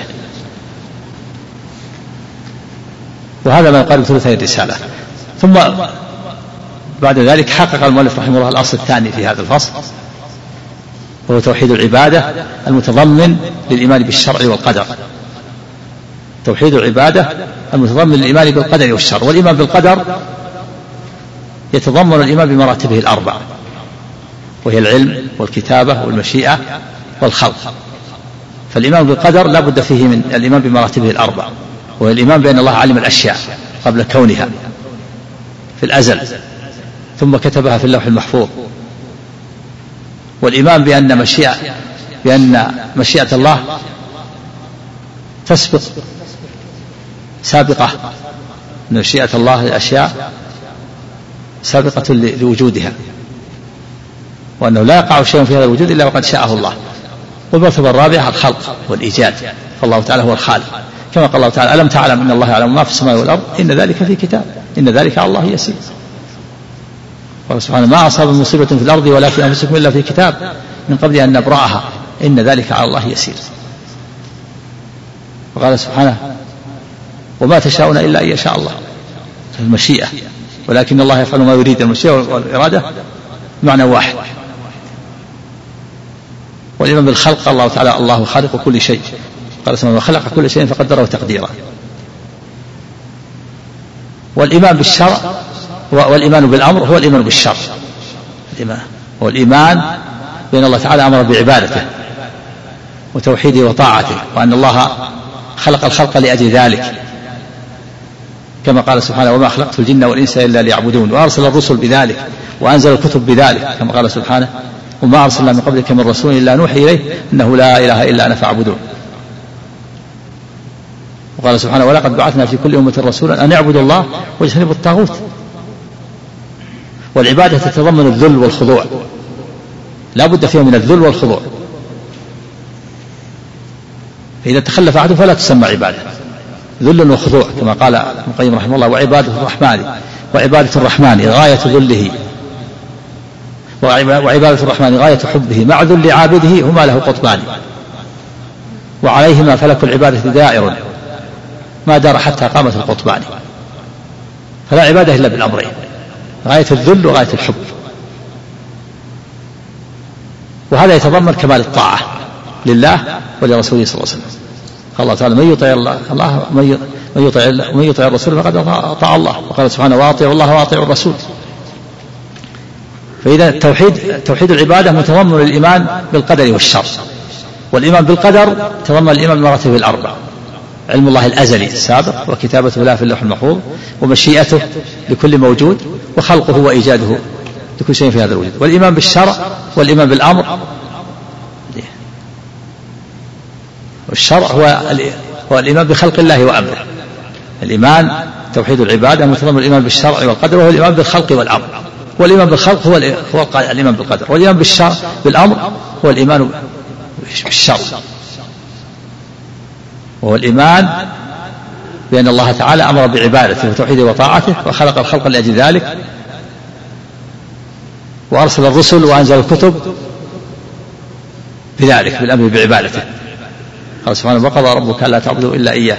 وهذا ما يقال بثلثي الرسالة. ثم بعد ذلك حقق المؤلف رحمه الله الأصل الثاني في هذا الفصل وهو توحيد العبادة المتضمن للإيمان بالشرع والقدر. توحيد العبادة المتضمن للإيمان بالقدر والشر. والإيمان بالقدر يتضمن الإيمان بمراتبه الأربع وهي العلم والكتابة والمشيئة والخلق. فالإيمان بالقدر لا بد فيه من الإيمان بمراتبه الأربع، وهي الإيمان بأن الله علم الأشياء قبل كونها في الأزل ثم كتبها في اللوح المحفوظ، والإيمان بأن مشيئة الله تسبق سابقة، أن مشيئة الله الأشياء سابقة لوجودها، وأنه لا يقع شيء في هذا الوجود إلا وقد شاءه الله. والمرتبة الرابعة الخلق والإيجاد، فالله تعالى هو الخالق، كما قال الله تعالى ألم تعلم أن الله يعلم ما في السماء والأرض إن ذلك في كتاب إن ذلك على الله يسير. قال سبحانه ما أصاب مصيبة في الأرض ولا في أنفسكم إلا في كتاب من قبل أن نبرأها إن ذلك على الله يسير. وقال سبحانه وما تشاءون إلا أن يشاء الله، المشيئة، ولكن الله يفعل ما يريد. المشيئة والإرادة معنى واحد. والإيمان بالخلق قال الله تعالى الله خالق كل شيء، قال سبحانه وخلق كل شيء فقدره تقديرا. والإيمان بالشرع والإيمان بالأمر هو الإيمان بالشرع. هو الإيمان بأن الله تعالى أمر بعبادته وتوحيده وطاعته، وأن الله خلق الخلق لأجل ذلك، كما قال سبحانه وما خلقت الجن والإنس إلا ليعبدون، وأرسل الرسل بذلك وأنزل الكتب بذلك، كما قال سبحانه وما أرسلنا من قبلك من رسول إلا نوحي إليه إنه لا إله إلا أنا فاعبدون. وقال سبحانه ولقد بعثنا في كل أمة رسولا أن اعبدوا الله واجتنبوا الطاغوت. والعبادة تتضمن الذل والخضوع، لا بد فيها من الذل والخضوع، فإذا تخلف أحد فلا تسمى عبادة، ذل وخضوع، كما قال ابن القيم رحمه الله وعبادة الرحمن غاية ذله وعبادة الرحمن غاية حبه مع ذل عابده هما له قطبان، وعليهما فلك العبادة دائر ما دار حتى قامت القطبان. فلا عبادة إلا بالأمرين، غاية الذل وغاية الحب، وهذا يتضمن كمال الطاعة لله ولرسوله صلى الله عليه وسلم. قال الله تعالى من يطع الرسول فقد أطاع الله، وقال سبحانه وأطيعوا الله وأطيعوا الرسول. فإذا توحيد العبادة متضمن الإيمان بالقدر والشر، والإيمان بالقدر تضمن الإيمان بالمراتب الأربع: علم الله الأزلي السابق، وكتابته لا في اللوح المحفوظ، ومشيئته لكل موجود، وخلقه وإيجاده لكل شيء في هذا الوجود. والإيمان بالشرع والإيمان بالأمر، والشرع هو الإيمان بخلق الله وأمره. الإيمان توحيد العبادة متضمن الإيمان بالشرع والقدر، وهو الإيمان بالخلق والأمر. والإيمان بالخلق هو الإيمان بالقدر، والإيمان بالشرع بالأمر هو الإيمان بالشرع، وهو الإيمان بأن الله تعالى أمر بعبادته وتوحيده وطاعته وخلق الخلق لأجل ذلك، وأرسل الرسل وأنزل الكتب بذلك بالأمر بعبادته. قال سبحانه وقضى ربك ألا تعبدوا إلا إياه.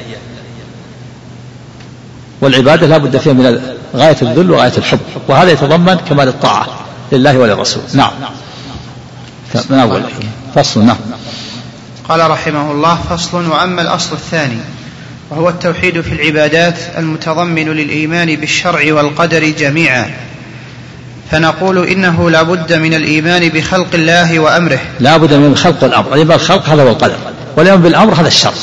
والعبادة لا بد فيها من غاية الذل وغاية الحب، وهذا يتضمن كمال الطاعة لله وللرسول. نعم. من أول فصل. نعم. قال رحمه الله: فصل. وأما الأصل الثاني وهو التوحيد في العبادات المتضمن للإيمان بالشرع والقدر جميعا، فنقول إنه لا بد من الإيمان بخلق الله وأمره. لا بد من الخلق والأمر، الإيمان بالخلق هذا هو القدر، والإيمان بالأمر هذا الشرع.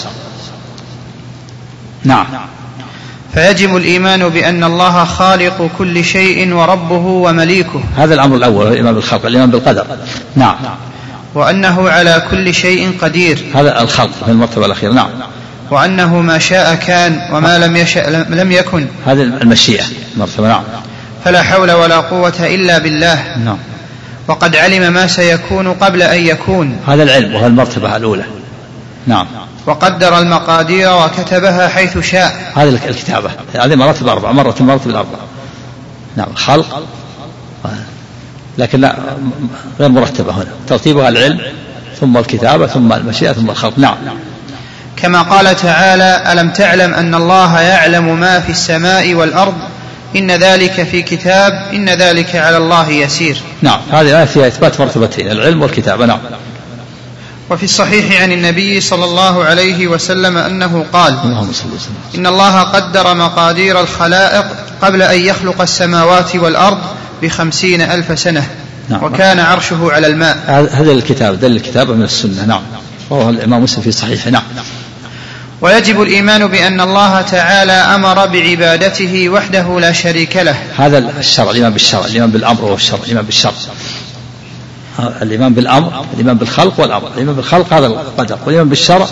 نعم. فيجب الإيمان بأن الله خالق كل شيء وربه ومليكه، هذا الأمر الأول، الإيمان بالخلق، الإيمان بالقدر. نعم. وأنه على كل شيء قدير، هذا الخلق في المرتبة الأخيرة. نعم. وأنه ما شاء كان وما لم يشأ لم يكن، هذه المشيئة المرتبة. نعم. فلا حول ولا قوة إلا بالله. نعم. وقد علم ما سيكون قبل أن يكون، هذا العلم وهو المرتبة الأولى. نعم. وقدر المقادير وكتبها حيث شاء، هذه الكتابة، هذه مراتب أربعة، مراتب الأربعة. نعم. خلق، لكن لا غير مرتبة هنا، ترتيبها العلم ثم الكتابة ثم المشيئة ثم الخلق. نعم. كما قال تعالى: ألم تعلم أن الله يعلم ما في السماء والأرض إن ذلك في كتاب إن ذلك على الله يسير. نعم. هذه الآية فيها إثبات مرتبتين، العلم والكتابة. نعم. وفي الصحيح عن النبي صلى الله عليه وسلم أنه قال: إن الله قدر مقادير الخلائق قبل أن يخلق السماوات والأرض ب50,000 سنة. نعم. وكان عرشه على الماء. هذا الكتاب دل الكتابة من السنة. نعم. وهو الإمام مسلم في صحيحه. نعم. ويجب الإيمان بأن الله تعالى أمر بعبادته وحده لا شريك له، هذا الشرع، الإيمان بالشرع، الإيمان بالأمر وهو الشرع، الإيمان بالشرع، الإيمان بالأمر، الإيمان بالخلق والأمر. الإيمان بالخلق هذا القدر، والإيمان بالشرع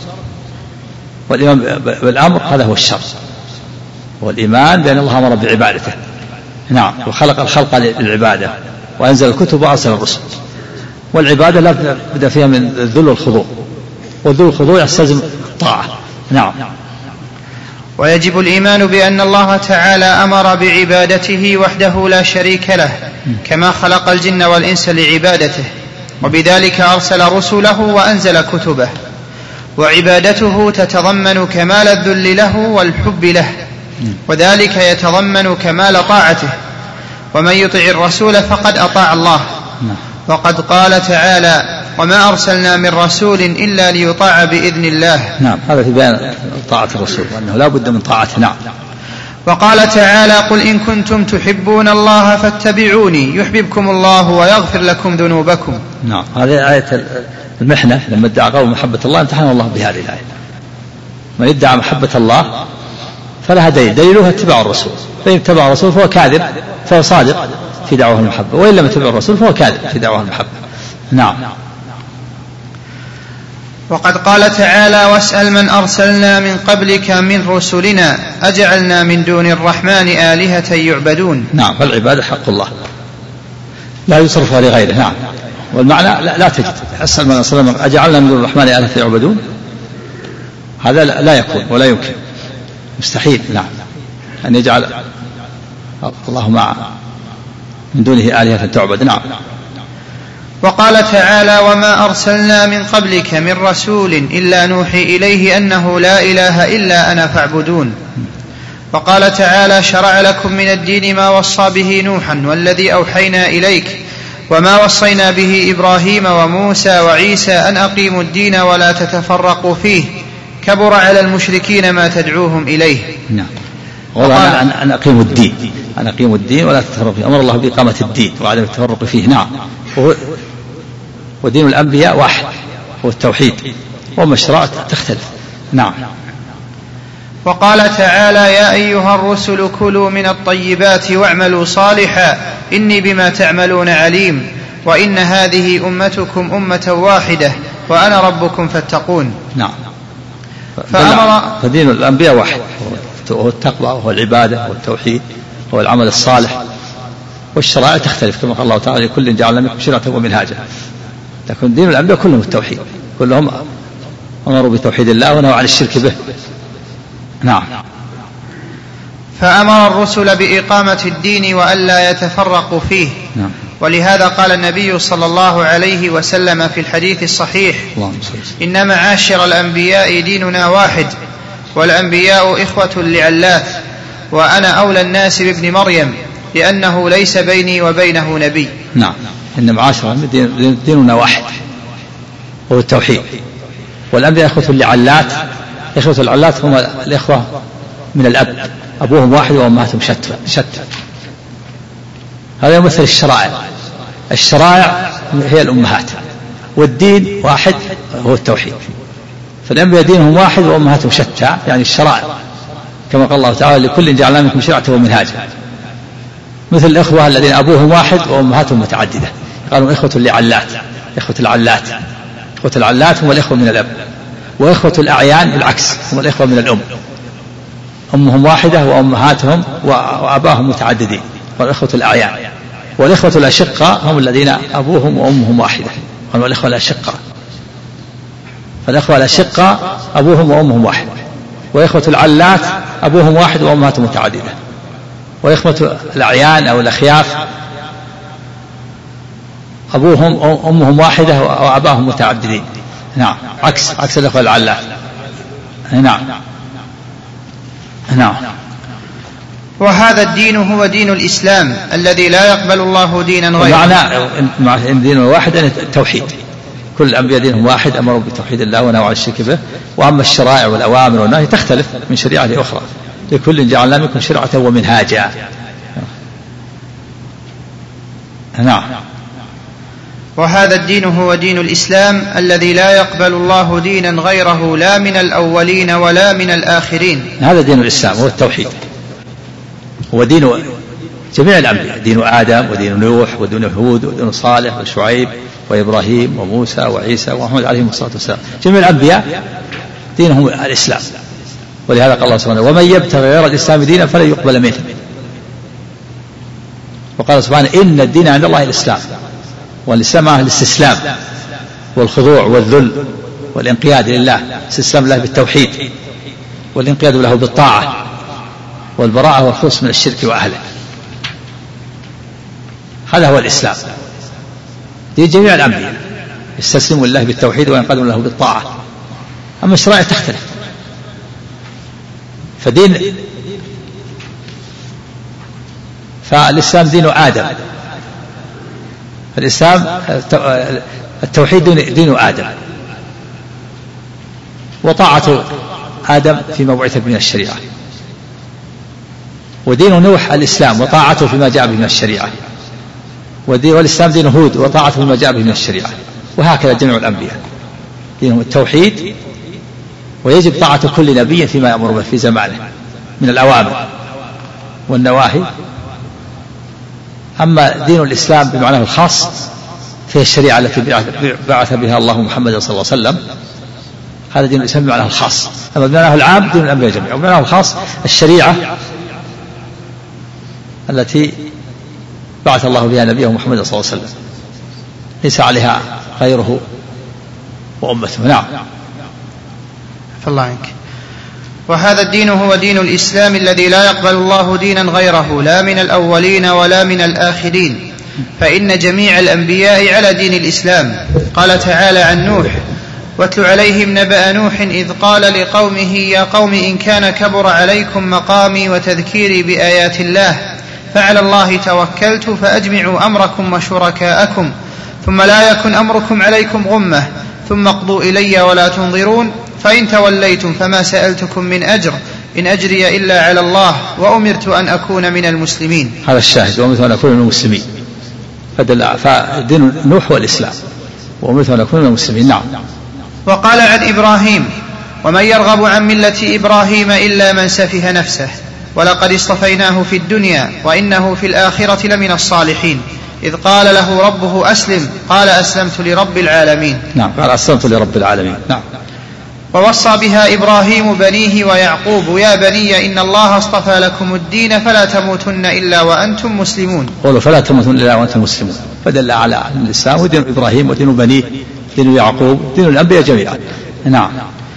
والإيمان بالأمر هذا هو الشرع، والإيمان بأن الله أمر بعبادته. نعم. وخلق الخلق للعبادة وأنزل الكتب وأرسل الرسل. والعبادة لا بد فيها من الذل والخضوع، والذل والخضوع يستلزم الطاعة. نعم. ويجب الإيمان بأن الله تعالى أمر بعبادته وحده لا شريك له، كما خلق الجن والإنس لعبادته، وبذلك أرسل رسله وأنزل كتبه. وعبادته تتضمن كمال الذل له والحب له، وذلك يتضمن كمال طاعته. ومن يطع الرسول فقد أطاع الله، وقد قال تعالى: وما أرسلنا من رسول إلا ليطاع بإذن الله. نعم، هذا في بيان طاعة الرسول وأنه لا بد من طاعته. نعم. وقال تعالى: قل إن كنتم تحبون الله فاتبعوني يحببكم الله ويغفر لكم ذنوبكم. نعم، هذه آية المحنة لما ادعى قوم محبة الله امتحنه الله بهذه الآية. من ادعى محبة الله فلها دليلها اتباع الرسول، فإن اتبع الرسول فهو كاذب، فهو صادق في دعوه المحبة، وإن لم يتبع الرسول فهو كاذب في دعوه المحبة. نعم. وقد قال تعالى: واسأل من أرسلنا من قبلك من رسلنا أجعلنا من دون الرحمن آلهة يعبدون. نعم، فالعبادة حق الله لا يصرفها لغيره. نعم، والمعنى لا تجد أسأل من أرسلنا أجعلنا من دون الرحمن آلهة يعبدون، هذا لا يكون ولا يمكن، مستحيل. نعم، أن يجعل الله مع من دونه آلهة تعبد. نعم. وقال تعالى: وما أرسلنا من قبلك من رسول إلا نوحي إليه أنه لا إله إلا أنا فاعبدون. وقال تعالى: شرع لكم من الدين ما وصى به نوحا والذي أوحينا إليك وما وصينا به إبراهيم وموسى وعيسى أن أقيموا الدين ولا تتفرقوا فيه كبر على المشركين ما تدعوهم إليه. نعم. أن أقيموا الدين، أن أقيموا الدين ولا تتفرقوا فيه، أمر الله بإقامة الدين وعدم التفرق فيه. نعم. ودين الأنبياء واحد هو التوحيد، وأما الشرائع تختلف. نعم. وقال تعالى: يا أيها الرسل كلوا من الطيبات واعملوا صالحا إني بما تعملون عليم وإن هذه أمتكم أمة واحدة وأنا ربكم فاتقون. نعم. فدين الأنبياء واحد، هو التقوى وهو العبادة والتوحيد وهو العمل الصالح، والشرائع تختلف كما قال الله تعالى: لكل جعلنا منكم شرعة ومنهاجا. لكن دين الأنبياء كلهم التوحيد، كلهم أمروا بتوحيد الله ونهوا عن الشرك به. نعم. فأمر الرسل بإقامة الدين وألا يتفرقوا فيه. نعم. ولهذا قال النبي صلى الله عليه وسلم في الحديث الصحيح: إن معاشر الأنبياء ديننا واحد والأنبياء إخوة لعلات وأنا أولى الناس بابن مريم لأنه ليس بيني وبينه نبي. نعم، إن معاشر ديننا واحد هو التوحيد، والأنبياء إخوة لعلات. إخوة العلات هم الإخوة من الأب، أبوهم واحد وأمهاتهم شتى. هذا يمثل الشرائع. الشرائع هي الأمهات، والدين واحد هو التوحيد. فالأنبياء دينهم واحد وأمهاتهم شتى، يعني الشرائع، كما قال الله تعالى: لكل جعلنا منكم شرعة ومنهاجا. مثل الإخوة الذين أبوهم واحد وأمهاتهم متعددة، قالوا إخوة لعلات. إخوة العلات، إخوة العلات هم الإخوة من الأب، وإخوة الأعيان بالعكس هم الإخوة من الأم، أمهم واحدة وأمهاتهم وأباهم متعددين، والإخوة الأعيان. والإخوة الأشقاء هم الذين أبوهم وأمهم واحدة، هم الإخوة الأشقاء. فالإخوة الأشقاء أبوهم وأمهم واحد، وإخوة العلات أبوهم واحد وأمهاتهم متعددة. وإخوة الأعيان أو الأخياف أبوهم أمهم واحدة وأباهم متعددين. نعم، عكس الأخوة العلات. نعم. نعم. وهذا الدين هو دين الإسلام الذي لا يقبل الله دينا غيره. معنى دين واحد يعني التوحيد. كل الأنبياء دينهم واحد، أمروا بتوحيد الله ونهوا عن الشرك به. وأما الشرائع والأوامر والنهي تختلف من شريعة لأخرى، لكل جعلنا منكم شرعة ومنهاجا. نعم. وهذا الدين هو دين الإسلام الذي لا يقبل الله دينا غيره لا من الأولين ولا من الآخرين. هذا دين الإسلام هو التوحيد، هو دين جميع الأنبياء، دين آدم ودين نوح ودين هود ودين صالح وشعيب وإبراهيم وموسى وعيسى ومحمد عليهم الصلاة والسلام. جميع الأنبياء دينهم الإسلام. ولهذا قال الله سبحانه: ومن يبتغي غير الإسلام دينا فلن يقبل منه. وقال سبحانه: إن الدين عند الله الإسلام. والإسلام معناه الاستسلام والخضوع والذل والانقياد لله، استسلام له بالتوحيد والانقياد له بالطاعة والبراءة والخلوص من الشرك وأهله. هذا هو الإسلام. دي جميع الأنبياء يستسلموا لله بالتوحيد وينقادوا له بالطاعة. أما الشرائع تختلف. فالإسلام دين آدم، الإسلام التوحيد دين آدم، وطاعة آدم فيما بعث من الشريعة، ودين نوح الإسلام وطاعته فيما جاء به من الشريعة، والإسلام دين هود وطاعته فيما جاء به من الشريعة، وهكذا جميع الأنبياء دينهم التوحيد، ويجب طاعة كل نبي فيما يأمر به في زمانه من الأوامر والنواهي. أما دين الإسلام بمعناه الخاص فهي الشريعة التي بعث بها الله محمد صلى الله عليه وسلم، هذا دين الإسلام بمعناه الخاص. أما بمعناه العام دين الأنبياء جميعا، وبمعناه الخاص الشريعة التي بعث الله بها نبيه محمد صلى الله عليه وسلم ليس عليها غيره وأمته. نعم. الله عنك. وهذا الدين هو دين الإسلام الذي لا يقبل الله دينا غيره، لا من الأولين ولا من الآخرين، فإن جميع الأنبياء على دين الإسلام. قال تعالى عن نوح: واتل عليهم نبأ نوح إذ قال لقومه يا قوم إن كان كبر عليكم مقامي وتذكيري بآيات الله فعلى الله توكلت فأجمعوا أمركم وشركاءكم ثم لا يكن أمركم عليكم غمة ثم اقضوا إلي ولا تنظرون فإن توليتم فما سألتكم من أجر إن أجري إلا على الله وأمرت أن أكون من المسلمين. هذا الشاهد، وأمرت أن أكون من المسلمين، فدين نوح والإسلام، وأمرت أن أكون من المسلمين. نعم. وقال عن إبراهيم: ومن يرغب عن ملة إبراهيم إلا من سفه نفسه ولقد اصطفيناه في الدنيا وإنه في الآخرة لمن الصالحين إذ قال له ربه أسلم قال أسلمت لرب العالمين. نعم، قال أسلمت لرب العالمين. نعم. ووصى بها إبراهيم بنيه ويعقوب: يا بني إن الله اصطفى لكم الدين فلا تموتن إلا وأنتم مسلمون. قولوا فلا تموتن إلا وأنتم مسلمون، فدل على الإسلام ودين إبراهيم ودين بنيه دين يعقوب دين الأنبياء جميعا. نعم.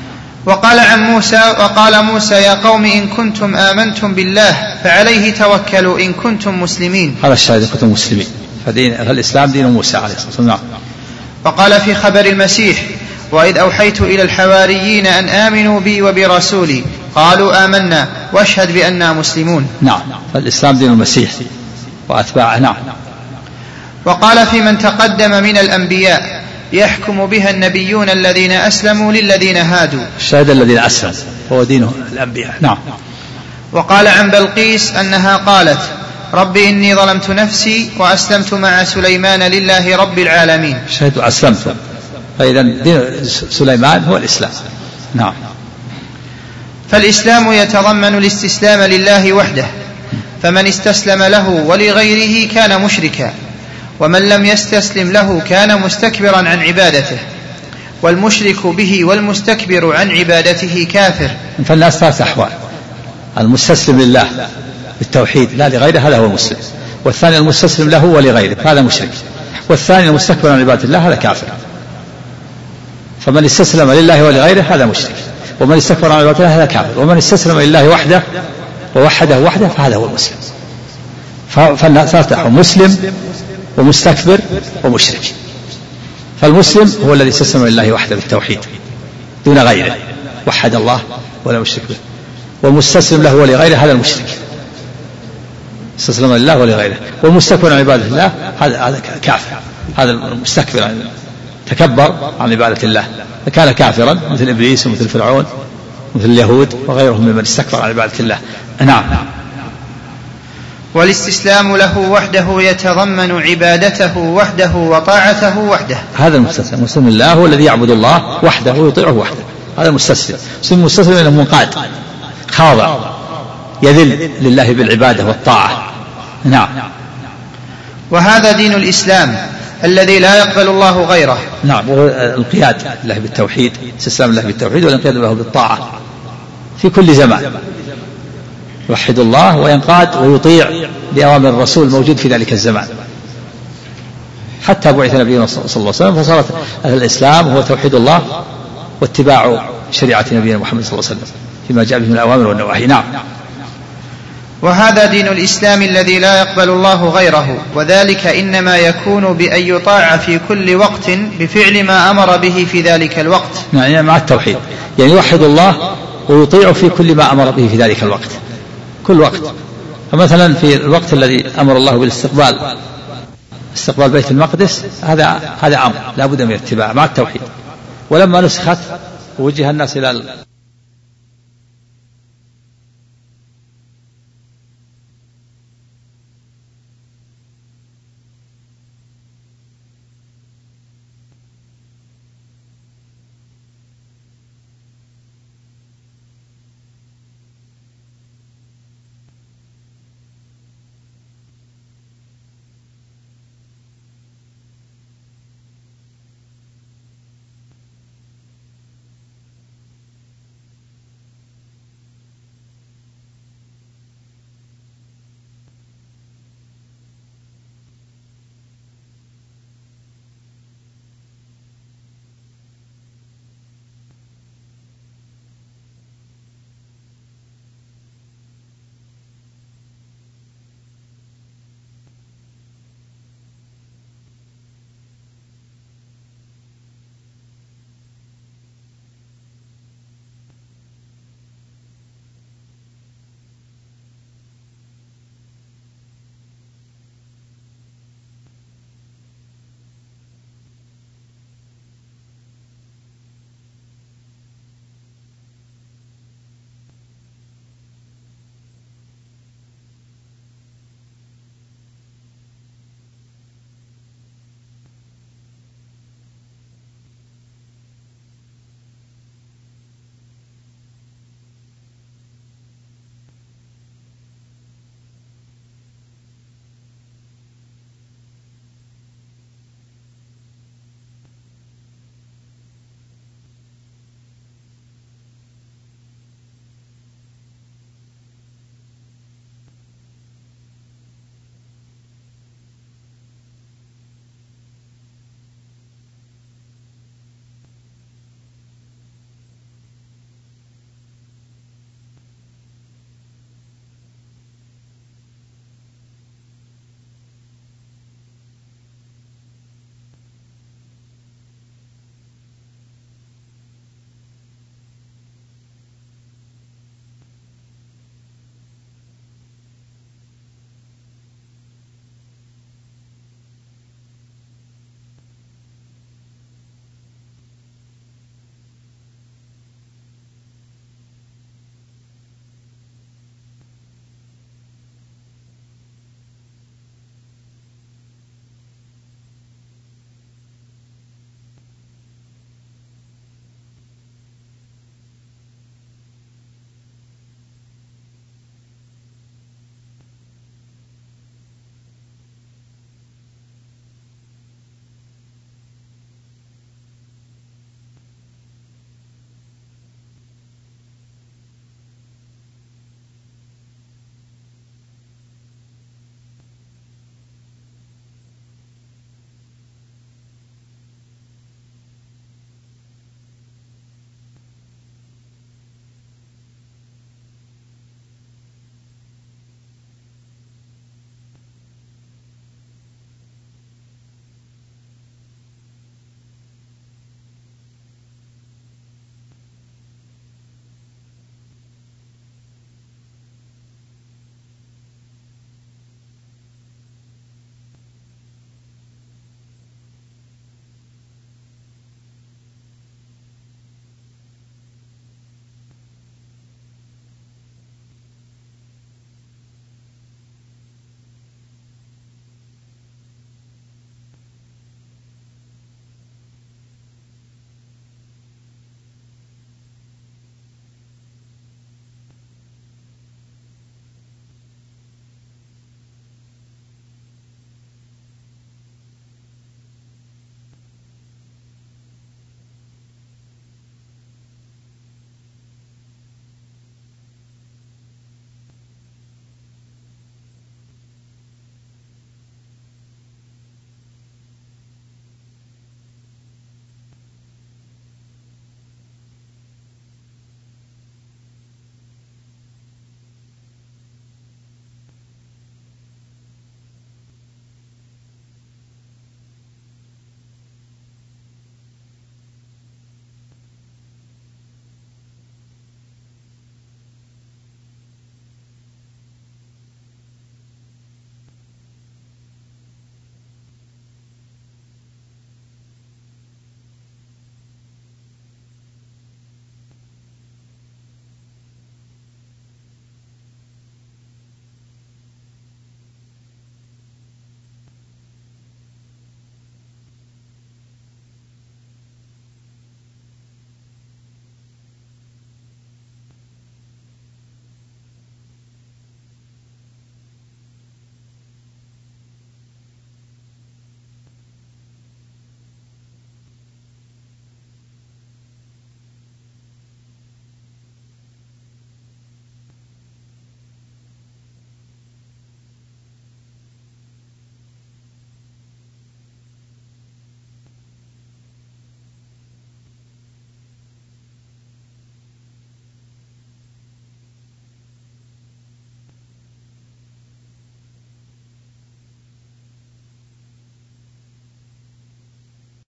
وقال موسى يا قوم إن كنتم آمنتم بالله فعليه توكلوا إن كنتم مسلمين. هذا الشاهد إن كنتم مسلمين، فالإسلام دين موسى عليه الصلاة والسلام. وقال في خبر المسيح: وإذ أوحيت إلى الحواريين أن آمنوا بي وبرسولي قالوا آمنا واشهد بأننا مسلمون. نعم، فالإسلام دين المسيح وأتباعه. نعم. وقال في من تقدم من الأنبياء: يحكم بها النبيون الذين أسلموا للذين هادوا. الشهد الذين أسلموا هو دين الأنبياء. نعم. وقال عن بلقيس أنها قالت: رب إني ظلمت نفسي وأسلمت مع سليمان لله رب العالمين. شهد أسلمت، فإذا دين سليمان هو الإسلام. نعم. فالإسلام يتضمن الاستسلام لله وحده، فمن استسلم له ولغيره كان مشركا، ومن لم يستسلم له كان مستكبرا عن عبادته، والمشرك به والمستكبر عن عبادته كافر. فالناس ثلاث أحوال: المستسلم لله بالتوحيد لا لغيره هذا هو المسلم، والثاني المستسلم له ولغيره هذا مشرك، والثاني المستكبر عن عبادة الله هذا كافر. فمن استسلم لله ولغيره هذا مشرك، ومن استكبر عن عبادة الله هذا كافر، ومن استسلم لله وحده ووحده وحده فهذا هو المسلم. فالناس ثلاث أحوال: مسلم ومستكبر ومشرك. فالمسلم هو الذي استسلم لله وحده بالتوحيد دون غيره، وحد الله ولا مشرك به. والمستسلم له ولغيره هذا المشرك، استسلم لله ولغيره. والمستكبر عن عبادة الله هذا كافر، هذا المستكبر تكبر عن عبادة الله فكان كافرا، مثل إبليس ومثل فرعون مثل اليهود وغيرهم ممن استكبر عن عبادة الله. نعم. والاستسلام له وحده يتضمن عبادته وحده وطاعته وحده. هذا المستسلم. المسلم لله هو الذي يعبد الله وحده ويطيعه وحده، هذا المستسلم. المستسلم انه منقاد خاضع يذل لله بالعبادة والطاعة. نعم. وهذا دين الإسلام الذي لا يقبل الله غيره. نعم، وهو الانقياد لله بالتوحيد، استسلام الله بالتوحيد والانقياد له بالطاعة في كل زمان، يوحد الله وينقاد ويطيع بأوامر الرسول الموجود في ذلك الزمان حتى بعث نبينا صلى الله عليه وسلم، فصارت الإسلام هو توحيد الله واتباع شريعة نبينا محمد صلى الله عليه وسلم فيما جاء به من الأوامر والنواهي. نعم. وهذا دين الإسلام الذي لا يقبل الله غيره، وذلك إنما يكون بأن يطاع في كل وقت بفعل ما أمر به في ذلك الوقت. يعني مع التوحيد، يعني يوحد الله ويطيع في كل ما أمر به في ذلك الوقت، كل وقت. فمثلا في الوقت الذي أمر الله بالاستقبال استقبال بيت المقدس هذا أمر لا بد من اتباعه مع التوحيد. ولما نسخت وجه الناس إلى